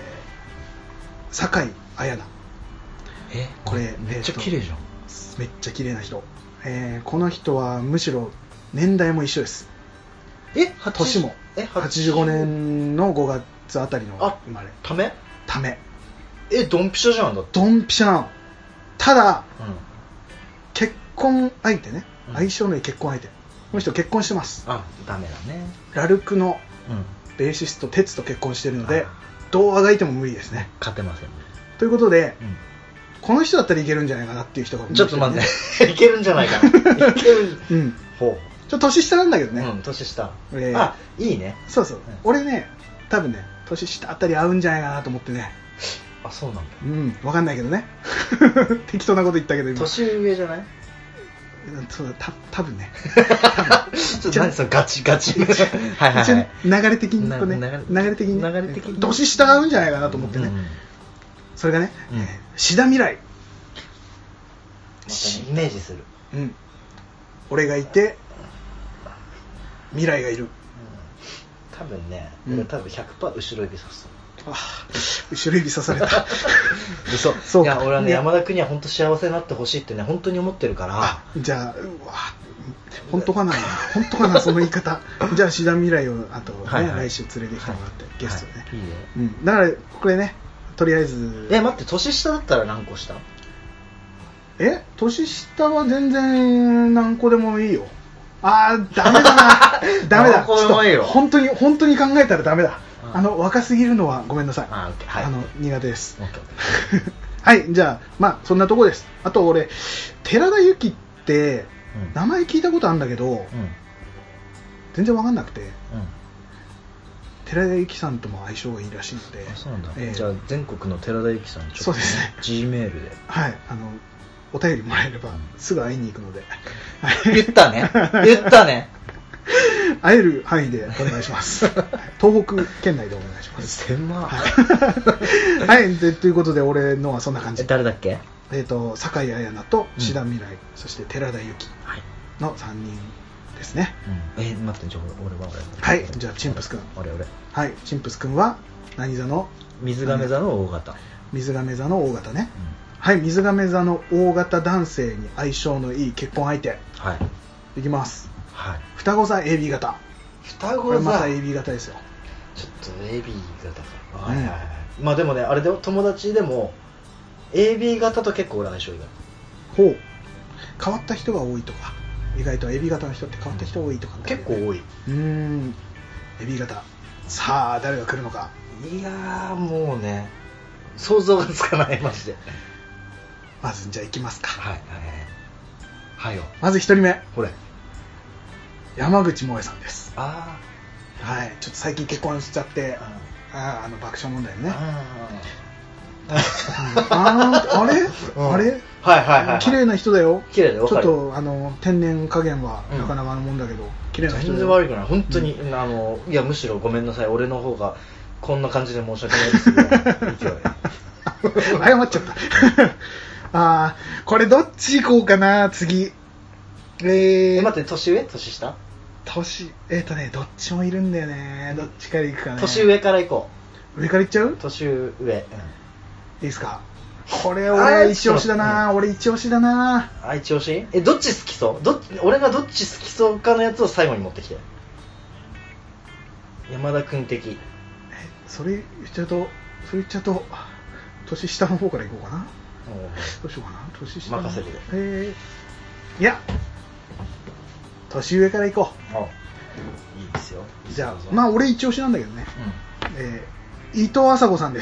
酒井彩菜。これめっちゃ綺麗じゃん。 めっちゃ綺麗な人。この人はむしろ年代も一緒です。年も85年の5月あたりの生まれ。 ためドンピシャじゃん。だってドンピシャなの。ただ、結婚相手ね、相性のいい結婚相手、この人結婚してます。 ダメだね。 ラルクのベーシストテツと結婚してるので、どうあがいても無理ですね。 勝てませんね。 ということで、この人だったらいけるんじゃないかなっていう人が、 ちょっと待っていけるんじゃないかな。いける。 ちょっと年下なんだけどね。 年下。いいね。 そう。俺ね、多分ね、年下あたり合うんじゃないかなと思ってね。 そうなんだ。 わかんないけどね。適当なこと言ったけど今。 年上じゃない？ 多分ね。 ちょっと何そのガチ。流れ的に年下合うんじゃないかなと思ってね。それがね、志田未来。 イメージする。 俺がいて未来がいる。 多分ね、俺多分 100% 後ろ指さす。 後ろ指さされた。 嘘。いや俺はね、山田君には本当幸せになってほしいってね、本当に思ってるから。 じゃあ本当かなその言い方。じゃあ志田未来をあと来週連れてきてもらってゲストでね。だからこれね、とりあえず。 待って、年下だったら何個下？ 年下は全然何個でもいいよ。ダメだな。ダメだ。本当に考えたらダメだ。若すぎるのはごめんなさい。苦手です。はい、じゃあそんなとこです。あと俺寺田由紀って名前聞いたことあるんだけど、全然わかんなくて。寺田由紀さんとも相性がいいらしいので。 そうなんだ。じゃあ全国の寺田由紀さんにそうですね。 G メールで。 お便りもらえればすぐ会いに行くので。 言ったね。 会える範囲でお願いします。東北県内でお願いします。はい、ということで俺のはそんな感じ。 誰だっけ？ 酒井彩菜と志田未来、そして寺田由紀の3人ですね。 待って、俺は。 はい、じゃあチンプスくん。 俺。 はい、チンプスくんは何座の？ 水亀座の大型。 水亀座の大型ね。はい、水亀座の大型男性に相性のいい結婚相手。はい。いきます。はい。双子座 AB 型。 双子座。 これまた AB 型ですよ。 ちょっと AB 型か。はいはいはい。まあでもね、あれで友達でも AB 型と結構俺相性いいから。 ほう。変わった人が多いとか。意外と AB 型の人って変わった人多いとか、ね、 結構多い。 AB 型。さあ誰が来るのか。 いやーもうね、想像がつかないマジで。 まずじゃあ行きますか。 はいよ。 まず1人目。 これ。 山口萌さんです。 はい。 ちょっと最近結婚しちゃって、爆笑問題ね。あれ綺麗な人だよ。 綺麗だよ。 ちょっと天然加減はなかなかのもんだけど、綺麗な人だよ。 全然悪くない。本当にいやむしろごめんなさい。俺の方がこんな感じで申し訳ないですけど。 謝っちゃった。これどっち行こうかな次。 待って、年上？年下？ どっちもいるんだよね。どっちから行くかね。 年上から行こう。上から行っちゃう？ 年上。いいですか。これ俺一押しだな。一押し。 どっち好きそう？俺がどっち好きそうかのやつを最後に持ってきて。山田君的。 それ言っちゃうと年下の方から行こうかな。どうしようかな。年下任せるで。 いや年上から行こう。いいですよ。 じゃあ俺一押しなんだけどね。伊藤麻子さんです。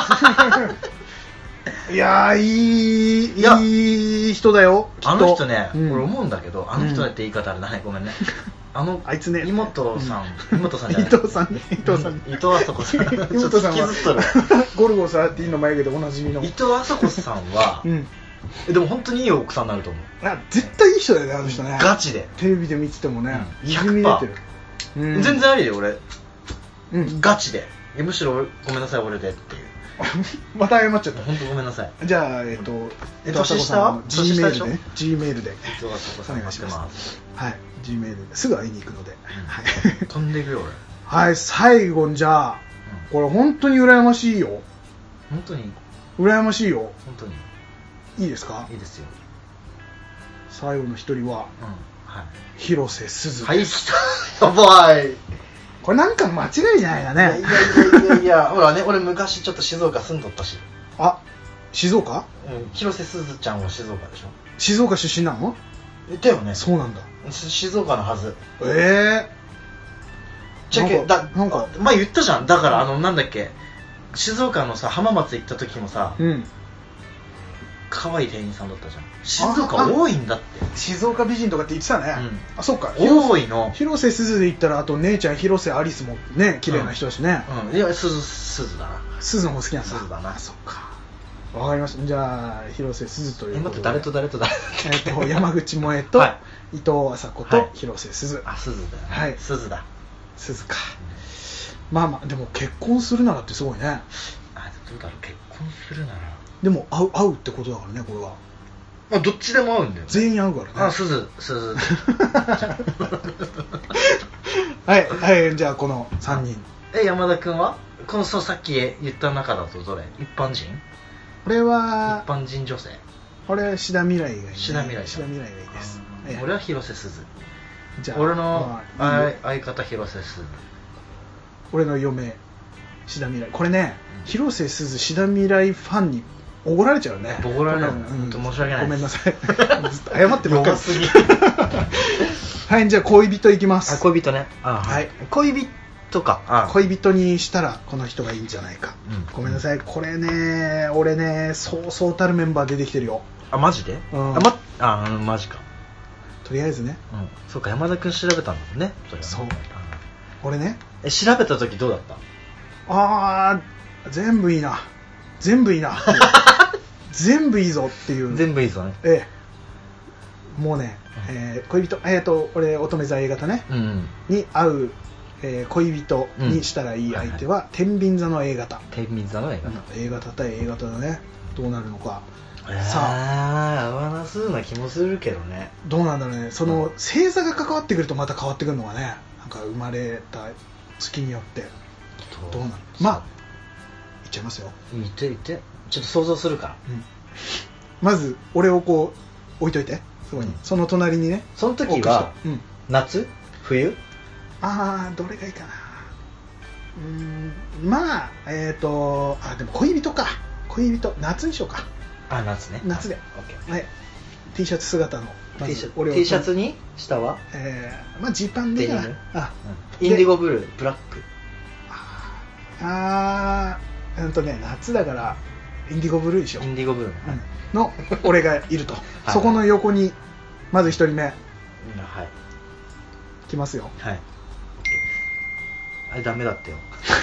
いやいい人だよ。 あの人ね、俺思うんだけど、あの人だって言い方あれだね、ごめんね。 あいつね、 妹さんじゃない。 伊藤さん。 伊藤麻子さん。 妹さんはゴルゴ13の眉毛でおなじみの。 伊藤麻子さんは、でも本当にいい奥さんになると思う。 絶対いい人だよね、あの人ね。 ガチで。 テレビで見ててもね、 100%。全然ありで俺。ガチで。むしろごめんなさい俺でっていう。 また謝っちゃった。 本当ごめんなさい。 じゃあ年下は G メールで。G メールで。 伊藤麻子さんお願いします。 はい。G メールですぐ会いに行くので。 飛んでいくよ俺。 はい。最後にじゃあこれ本当に羨ましいよ。 本当に羨ましいよ。 本当にいいですか？ いいですよ。 最後の一人は広瀬すず。 はい、来た。やばい。 これなんか間違いじゃないかね。 いやほらね、俺昔ちょっと静岡住んどったし。 静岡？ 広瀬すずちゃんは静岡でしょ。 静岡出身なの？ だよね。 そうなんだ。 静岡のはず。 なんか前言ったじゃん。だからなんだっけ、静岡のさ浜松行った時もさ、可愛い店員さんだったじゃん。静岡多いんだって。 静岡美人とかって言ってたね。そっか。 多いの。 広瀬すずで言ったらあと姉ちゃん広瀬アリスもね綺麗な人だしね。 いやすずだな。 すずの方好きなんだ。 すずだな。 そっか。わかりました。じゃあ広瀬すずということで。 待って、誰と山口萌えと伊藤麻子と広瀬すず。 すずだよね。はい。すずだ。 すずか。まあでも結婚するならってすごいね。 どうだろう、結婚するなら。 でも会うってことだからね、これは。 どっちでも会うんだよ。 全員会うからね。 すず。 はい、じゃあこの3人。 山田君はこのさっき言った中だとどれ？一般人？ 俺は一般人女性。 俺は志田未来がいいね。 志田未来がいいです。 俺は広瀬すず。 じゃあ俺の相方広瀬すず。 俺の嫁志田未来。これね、広瀬すず志田未来ファンにおごられちゃうね。 おごられる。本当申し訳ない。 ごめんなさい。謝ってばっかり。はい、じゃあ恋人いきます。 恋人ね。 はい。 恋人か。 恋人にしたらこの人がいいんじゃないか。ごめんなさい。これね、俺ね、そうそうたるメンバー出てきてるよ。 マジで？マジか。 とりあえずね。 そうか、山田君調べたんだもんね。 そう。俺ね。 調べた時どうだった？ 全部いいな。全部いいぞっていう。 全部いいぞね。 もうね、恋人、俺乙女座 A 型ね、に合う、恋人にしたらいい相手は、天秤座の A 型。 天秤座の A 型。 A 型対 A 型だね。どうなるのか。 さあ、合わなそうな気もするけどね。 どうなんだろうね。その、星座が関わってくるとまた変わってくるのがね、なんか生まれた月によって。どうなる。まあ、言っちゃいますよ。 言って。ちょっと想像するから。 まず、俺をこう、置いといて。そこに。その隣にね。 その時は、夏？冬？ どれがいいかな。まあ、でも恋人か。恋人、夏にしようか。 夏ね。 夏で。はい。T シャツ姿の。 T シャツに下はまあ、ジーパンでいいかな。 インディゴブルー、ブラック。 夏だから、インディゴブルーにしよう。 インディゴブルーの、俺がいると。そこの横に、まず一人目。はい。来ますよ。 はい。あれダメだったよ。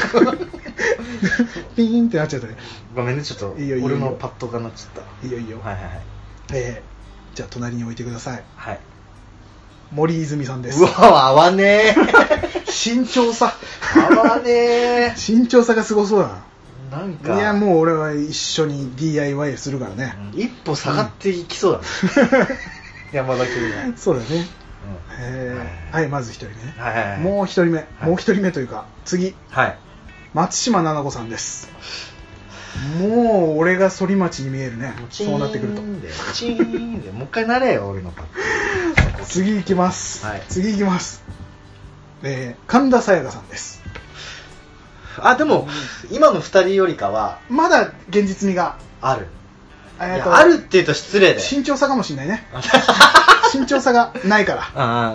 ピーンってなっちゃったね。 ごめんね、ちょっと俺のパッドがなっちゃった。 いいよいいよ。はい。じゃあ隣に置いてください。 はい。 森泉さんです。 うわ、合わねえ。 身長差。 合わねえ。 身長差がすごそうだな。 なんか。 いや、もう俺は一緒に DIY するからね。 一歩下がっていきそうだね。山田君が。 そうだね。はい、まず一人目。もう一人目。もう一人目というか、次。はい。松島菜々子さんです。もう、俺が反町に見えるね。そうなってくると。 チーンで、もう一回なれよ、俺のパッド。 次行きます。次行きます。神田沙也加さんです。 でも、今の二人よりかは、 まだ現実味がある。あるって言うと失礼で。 身長差かもしれないね。身長差がないから。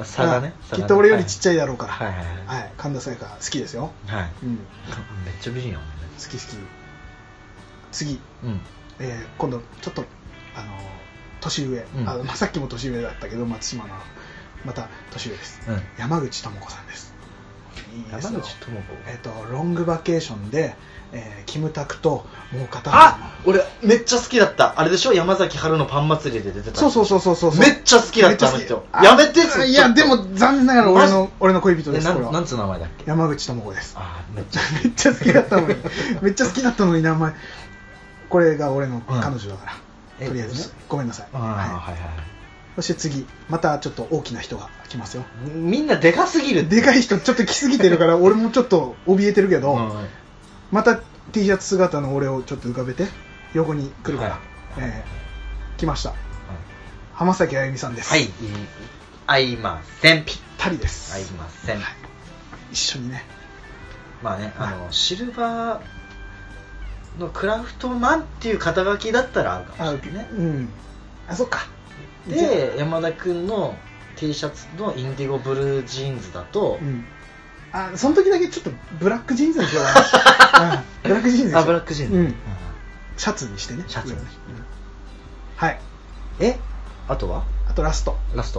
差がね。 きっと俺よりちっちゃいだろうから。神田沙也加好きですよ。 めっちゃ美人やもんね。 好き。次。今度、ちょっと、年上。さっきも年上だったけど、松島の、また年上です。山口智子さんです。 山口智子。 ロングバケーションで、キムタクともう片俺めっちゃ好きだった。あれでしょ、山崎春のパン祭りで出てた。 そうめっちゃ好きだったあの人。やめて。 いやでも残念ながら俺の恋人です。 なんつう名前だっけ。 山口智子です。 めっちゃ好きだったのにめっちゃ好きだったのに名前、これが俺の彼女だから、とりあえずね、ごめんなさい。そして次、またちょっと大きな人が来ますよ。 みんなでかすぎる。 でかい人ちょっと来すぎてるから俺もちょっと怯えてるけど、また T シャツ姿の俺をちょっと浮かべて横に来るから、来ました、浜崎あゆみさんです。 合いません。 ぴったりです。 合いません。 一緒にね、 まあね、シルバーのクラフトマンっていう肩書きだったら合うかもしれないね。そっか。で、山田君の T シャツのインディゴブルージーンズだと、 その時だけちょっとブラックジーンズにしようかな。ブラックジーンズにしよう。 ブラックジーンズ。 シャツにしてね。 シャツに。 はい。 あとは？ あとラスト。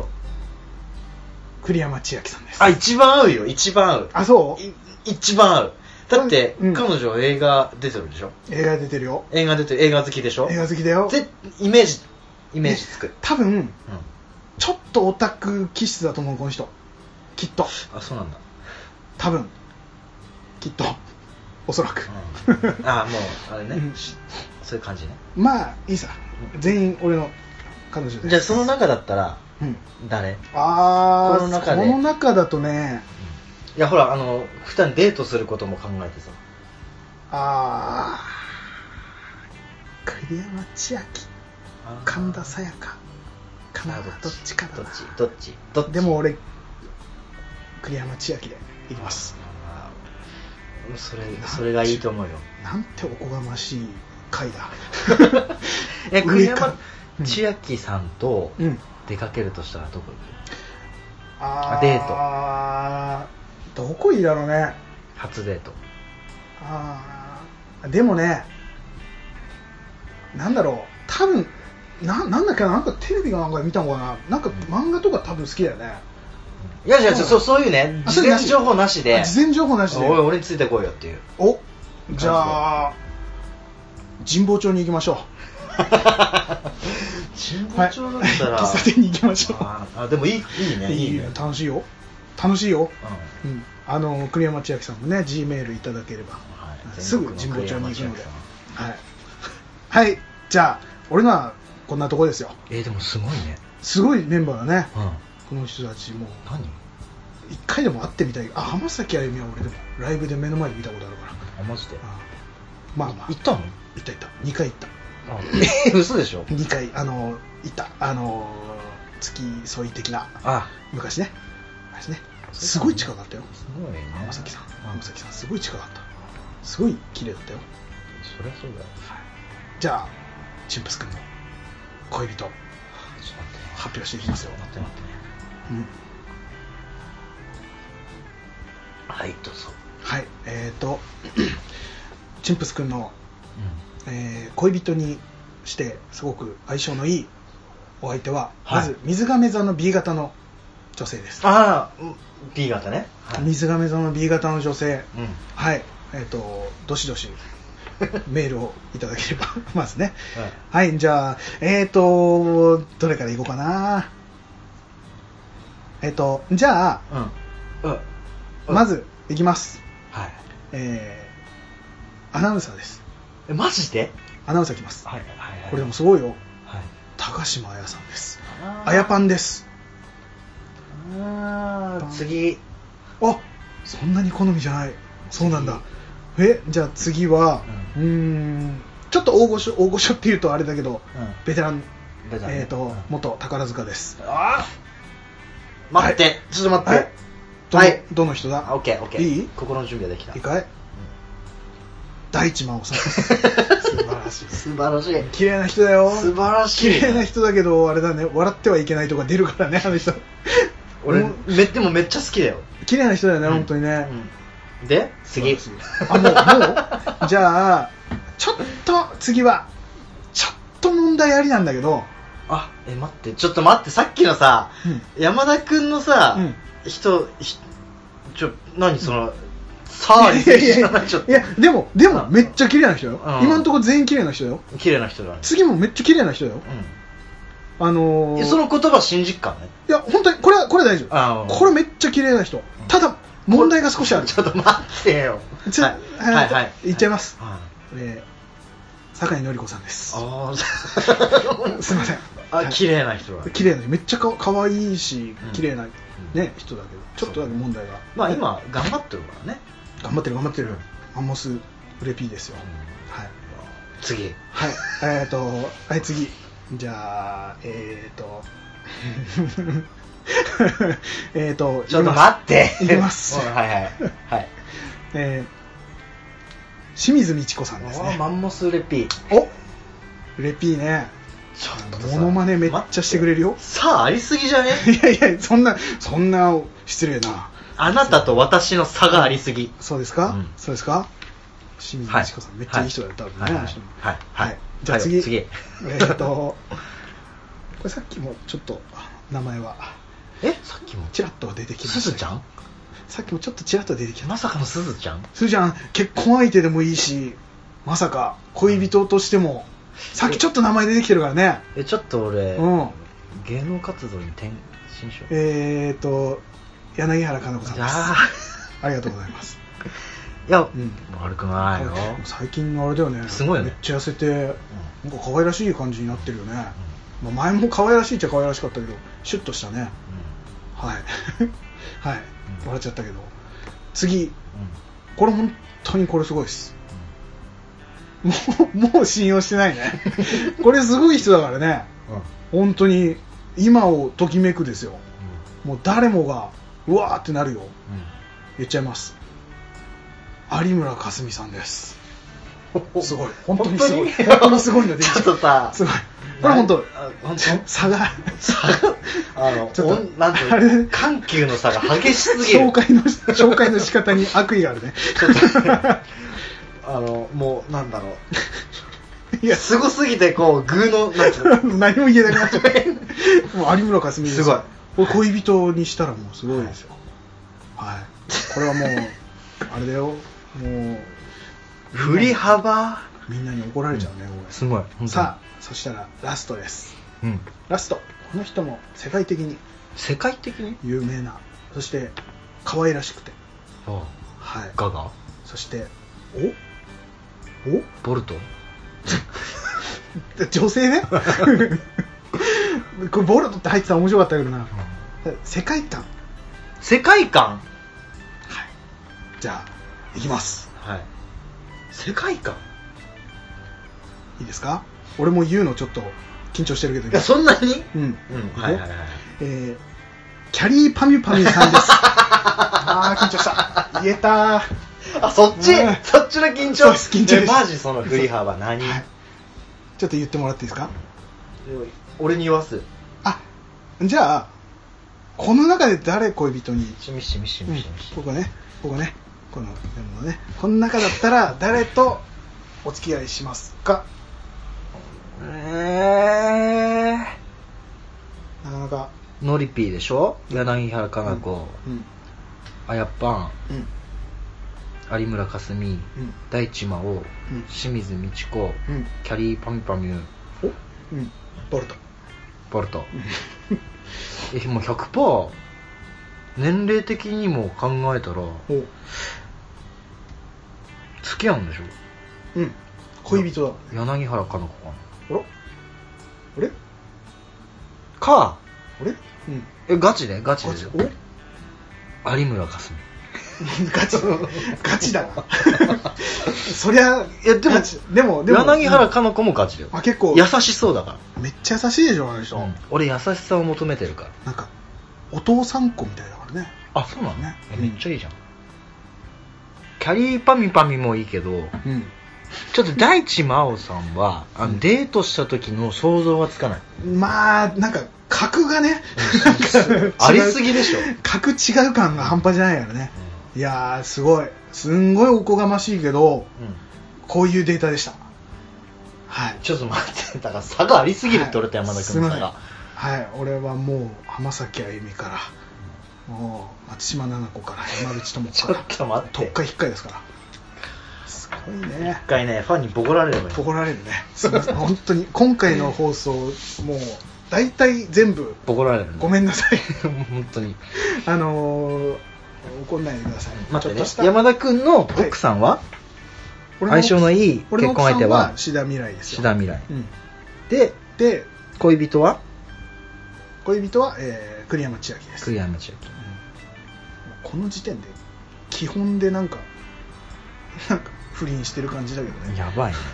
栗山千明さんです。 一番合うよ、一番合う。 そう一番合う。だって、彼女映画出てるでしょ。 映画出てるよ。 映画好きでしょ。 映画好きだよ。 イメージつく。 多分、ちょっとオタク気質だと思う、この人。きっと。 そうなんだ。 多分、きっと。おそらく。 もう、あれね。そういう感じね。 まあ、いいさ。全員俺の彼女です。 じゃあ、その中だったら、誰？ この中だとね、 いやほら、普段デートすることも考えてさ。 栗山千明、神田沙也加かな。どっちかだな。 どっちでも俺栗山千明でいきます。 それがいいと思うよ。 なんておこがましい回だ。 栗山千明さんと出かけるとしたらどこ行く？デート。 どこいいだろうね。 初デート。 でもね、なんだろう、多分なんだっけな、なんかテレビがなんか見たのかな、なんか漫画とか多分好きだよね。 いやそういうね、事前情報なしで。俺についてこいよっていう。 じゃあ神保町に行きましょう。 神保町だったら、 喫茶店に行きましょう。 あ、でもいいね、いいね。 楽しいよ。栗山千明さんもね G メールいただければ、すぐ神保町に行くので、はい、じゃあ俺のはこんなとこですよ。 でもすごいね、 すごいメンバーだね、この人たちも。 何一回でも会ってみたい。浜崎あゆみは俺でもライブで目の前で見たことあるから。 マジで。 まあ行ったの？ 行った2回行った。 嘘でしょ。 2回行った付き添い的な。昔ねすごい近かったよ。 すごいね。 浜崎さんすごい近かった。すごい綺麗だったよ。 そりゃそうだよ。 じゃあチンプス君の恋人発表していきますよ。 待ってね。はい、どうぞ。 はい、チンプス君の、恋人にしてすごく相性のいいお相手は、まず水亀座の B 型の女性です。 B 型ね。 水亀座の B 型の女性。はい、どしどしメールをいただければまずね。はい、じゃあどれからいこうかな。じゃあ、まずいきます。アナウンサーです。 マジで？ アナウンサーきます。これでもすごいよ。高島彩さんです。あやパンです。 次。 そんなに好みじゃない。そうなんだ。じゃあ次は、ちょっと大御所っていうとあれだけど、ベテラン、元宝塚です。 待って、ちょっと待って。 どの人だ？ オッケー。 いい？ 心の準備ができた。 いいかい？大地真央さんです。 素晴らしい。 綺麗な人だよ。 素晴らしい。 綺麗な人だけどあれだね、笑ってはいけないとか出るからね、あの人。 俺でもめっちゃ好きだよ。 綺麗な人だよね、本当にね。 で次。 もうじゃあちょっと次はちょっと問題ありなんだけど。 ちょっと待って、さっきのさ、山田くんのさ、何そのさあ、 いやでもめっちゃ綺麗な人よ。今のところ全員綺麗な人よ。 綺麗な人だね。 次もめっちゃ綺麗な人よ。 その言葉信じっかね。 いや本当にこれ大丈夫。これめっちゃ綺麗な人。ただ問題が少しある。 ちょっと待ってよ。 言っちゃいます。酒井紀子さんです。すいません。 綺麗な人だ。 綺麗な、めっちゃ可愛いし綺麗なね人だけど、ちょっとだけ問題が。 まあ今頑張ってるからね。頑張ってる。 マンモスフレピーですよ。 次。 次。じゃあちょっと待って。 いきます。清水ミチコさんですね。 マンモスレピー。 レピーね。モノマネめっちゃしてくれるよ。 さあ、ありすぎじゃね？ いやそんな失礼な。 あなたと私の差がありすぎ。 そうですか？そうですか？清水ミチコさんめっちゃいい人だったんだね。じゃあ次。これさっきもちょっと名前はさっきもチラッと出てきました。 すずちゃん？ さっきもちょっとチラッと出てきた。 まさかのすずちゃん？ すずちゃん結婚相手でもいいし、まさか恋人としても。さっきちょっと名前出てきてるからね。 ちょっと俺、芸能活動に転身しよう。柳原可奈子さんです。ありがとうございます。 いや、悪くないよ。 最近あれだよね。 すごいよね。 めっちゃ痩せて、なんか可愛らしい感じになってるよね。前も可愛らしいっちゃ可愛らしかったけど、シュッとしたね。はい。笑っちゃったけど。次。これ本当にこれすごいです。もう信用してないね。これすごい人だからね。本当に今をときめくですよ。もう誰もがうわーってなるよ。言っちゃいます。有村架純さんです。すごい。本当にすごい。本当にすごいのできちゃう。 ちょっとさ、 すごい。これ本当差がちょっとなんていう緩急の差が激しすぎる。 紹介の仕方に悪意があるね。 ちょっともうなんだろう。いやすごすぎてこうグーの何も言えなくなっちゃった。もう有村架純です。すごい。これ恋人にしたらもうすごいですよ。はい。これはもうあれだよ。もう振り幅みんなに怒られちゃうね、 すごい。 さあ、そしたらラストです。ラスト、この人も世界的に有名な、そして可愛らしくて、はい、 ガガ、 そしてボルト女性ねこれボルトって入ってたら面白かったけどな、世界観、 はい、 じゃあいきます。 はい、世界観いいですか？俺も言うのちょっと緊張してるけど、いや、そんなに？ はいはいはい。キャリーパミュパミュさんです。あー緊張した。言えたー。 あ、そっちの緊張。 そうです、緊張です。 マジその振り幅何？ はい、ちょっと言ってもらっていいですか？ 俺に言わす。 あ、じゃあこの中で誰恋人に？ここね、このね、この中だったら誰とお付き合いしますか？なかなか。 ノリピーでしょ、柳原加奈子、あやっぱん、有村架純、大地真央、清水ミチコ、キャリーパミュパミュ、 ボルトもう 100% 年齢的にも考えたら付き合うんでしょ。 恋人だ。 柳原加奈子かな。 あれか、ガチで有村架純ガチだなそりゃ、 いやでも柳原加奈子もガチだよ。 結構優しそうだから。 めっちゃ優しいでしょ、あの人。 俺優しさを求めてるから。 なんかお父さん子みたいだからね。 あ、そうなのね。めっちゃいいじゃん。キャリーパミパミもいいけど、ちょっと大地真央さんはデートした時の想像がつかない。 まあなんか格がねありすぎでしょ。 格違う感が半端じゃないからね。いやー、すんごいおこがましいけど、こういうデータでした。はい。 ちょっと待って、だから差がありすぎるって俺と山田君の差が。 はい、俺はもう浜崎あゆみから、もう松島菜々子から山口智子からちょっと待って、 特化引っかいですから。すごいね。 一回ね、ファンにボコられるね。 ボコられるね。すみません、本当に今回の放送もう大体全部ボコられる、ね。 ごめんなさい。 本当に。 怒んないでください。 待ってね。山田君の奥さんは、相性のいい結婚相手は志田未来ですよ。 志田未来。で、恋人は栗山千明です。 栗山千明。 この時点で基本でなんか不倫してる感じだけどね。 やばいね。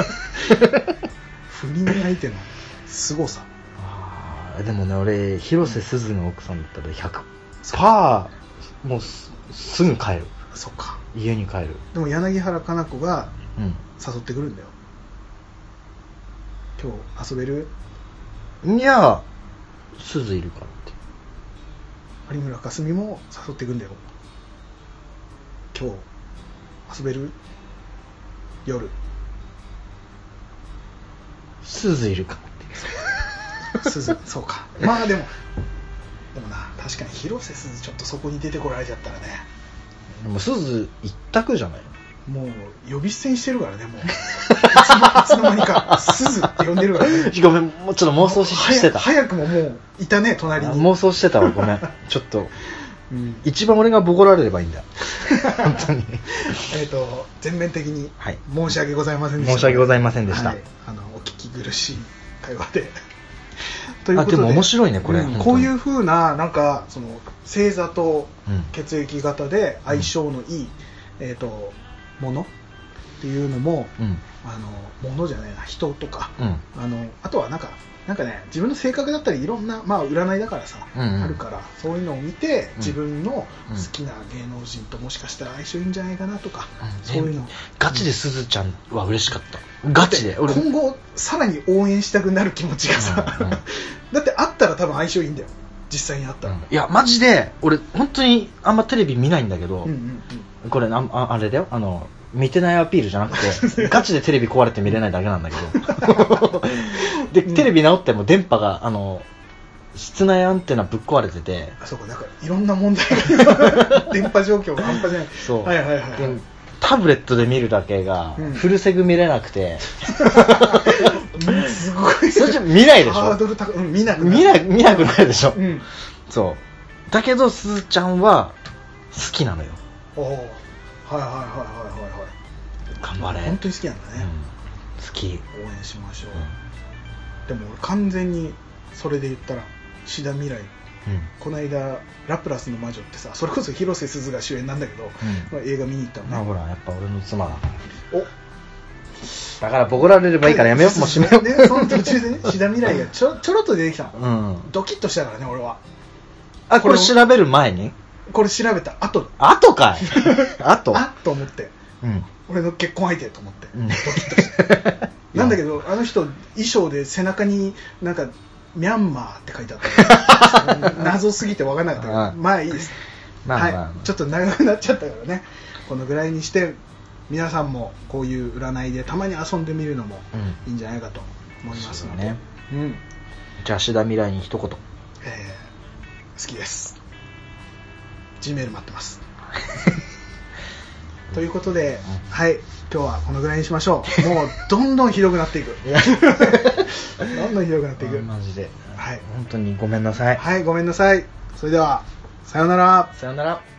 不倫相手の凄さ。 でもね、俺広瀬すずの奥さんだったら 100% もうすぐ帰る。 そっか。 家に帰る。でも柳原加奈子が誘ってくるんだよ。今日遊べる？ いや、すずいるからって。 有村架純も誘ってくんだよ。今日遊べる？夜。 すずいるからって。 すず、そうか。まあでもな、確かに広瀬すずちょっとそこに出てこられちゃったらね。 でもすず一択じゃない？ もう呼び捨てにしてるからね、もういつの間にかすずって呼んでるからね。 ごめん、もうちょっと妄想してた。 早くももういたね、隣に。 妄想してたわ、ごめん。ちょっと、一番俺がボコられればいいんだ。本当に。 全面的に申し訳ございませんでした。 申し訳ございませんでした。 お聞き苦しい会話で。ということで、 でも面白いね、これ。 こういう風な、なんかその星座と血液型で相性のいい、ものっていうのも、ものじゃないな、人とか、あとはなんかね、自分の性格だったりいろんな、まあ占いだからさ、あるから、そういうのを見て自分の好きな芸能人ともしかしたら相性いいんじゃないかなとか、そういうの。 ガチですずちゃんは嬉しかった。ガチで。 今後さらに応援したくなる気持ちがさ、だって会ったら多分相性いいんだよ、実際に会ったら。 いやマジで俺本当にあんまテレビ見ないんだけど、これあれだよ、見てないアピールじゃなくてガチでテレビ壊れて見れないだけなんだけどで、テレビ直っても電波が室内アンテナぶっ壊れてて、 そうか、なんかいろんな問題が電波状況が半端じゃない。 そう、 タブレットで見るだけがフルセグ見れなくて、 すごいそれじゃ見ないでしょ。 ハードル高い、見なくなるでしょ、そうだけどすずちゃんは好きなのよ。 おお、はいはいはいはいはい。 頑張れ、 本当に好きなんだね、 好き。 応援しましょう、でも俺完全にそれで言ったら志田未来、この間ラプラスの魔女ってさ、それこそ広瀬すずが主演なんだけど、映画見に行ったのね。 ほらやっぱ俺の妻だからだからボコられればいいからやめよう、もう閉めよう、 ね、その途中でね志田未来がちょろっと出てきたの、ドキッとしたからね俺は。 これ調べる前に、 これ調べた後かい後と思って、俺の結婚相手と思って、ドキッとしてなんだけどあの人衣装で背中になんかミャンマーって書いてあった謎すぎて分からなかったけど、まあいいです、はい、ちょっと長くなっちゃったからね、このぐらいにして皆さんもこういう占いでたまに遊んでみるのもいいんじゃないかと思いますので、 じゃあ志田未来に一言、 好きです、 G メール待ってますということで、はい、今日はこのぐらいにしましょう。もうどんどんひどくなっていくどんどんひどくなっていく、 マジで、 はい、 本当にごめんなさい。 はい、ごめんなさい。それではさようなら。 さようなら。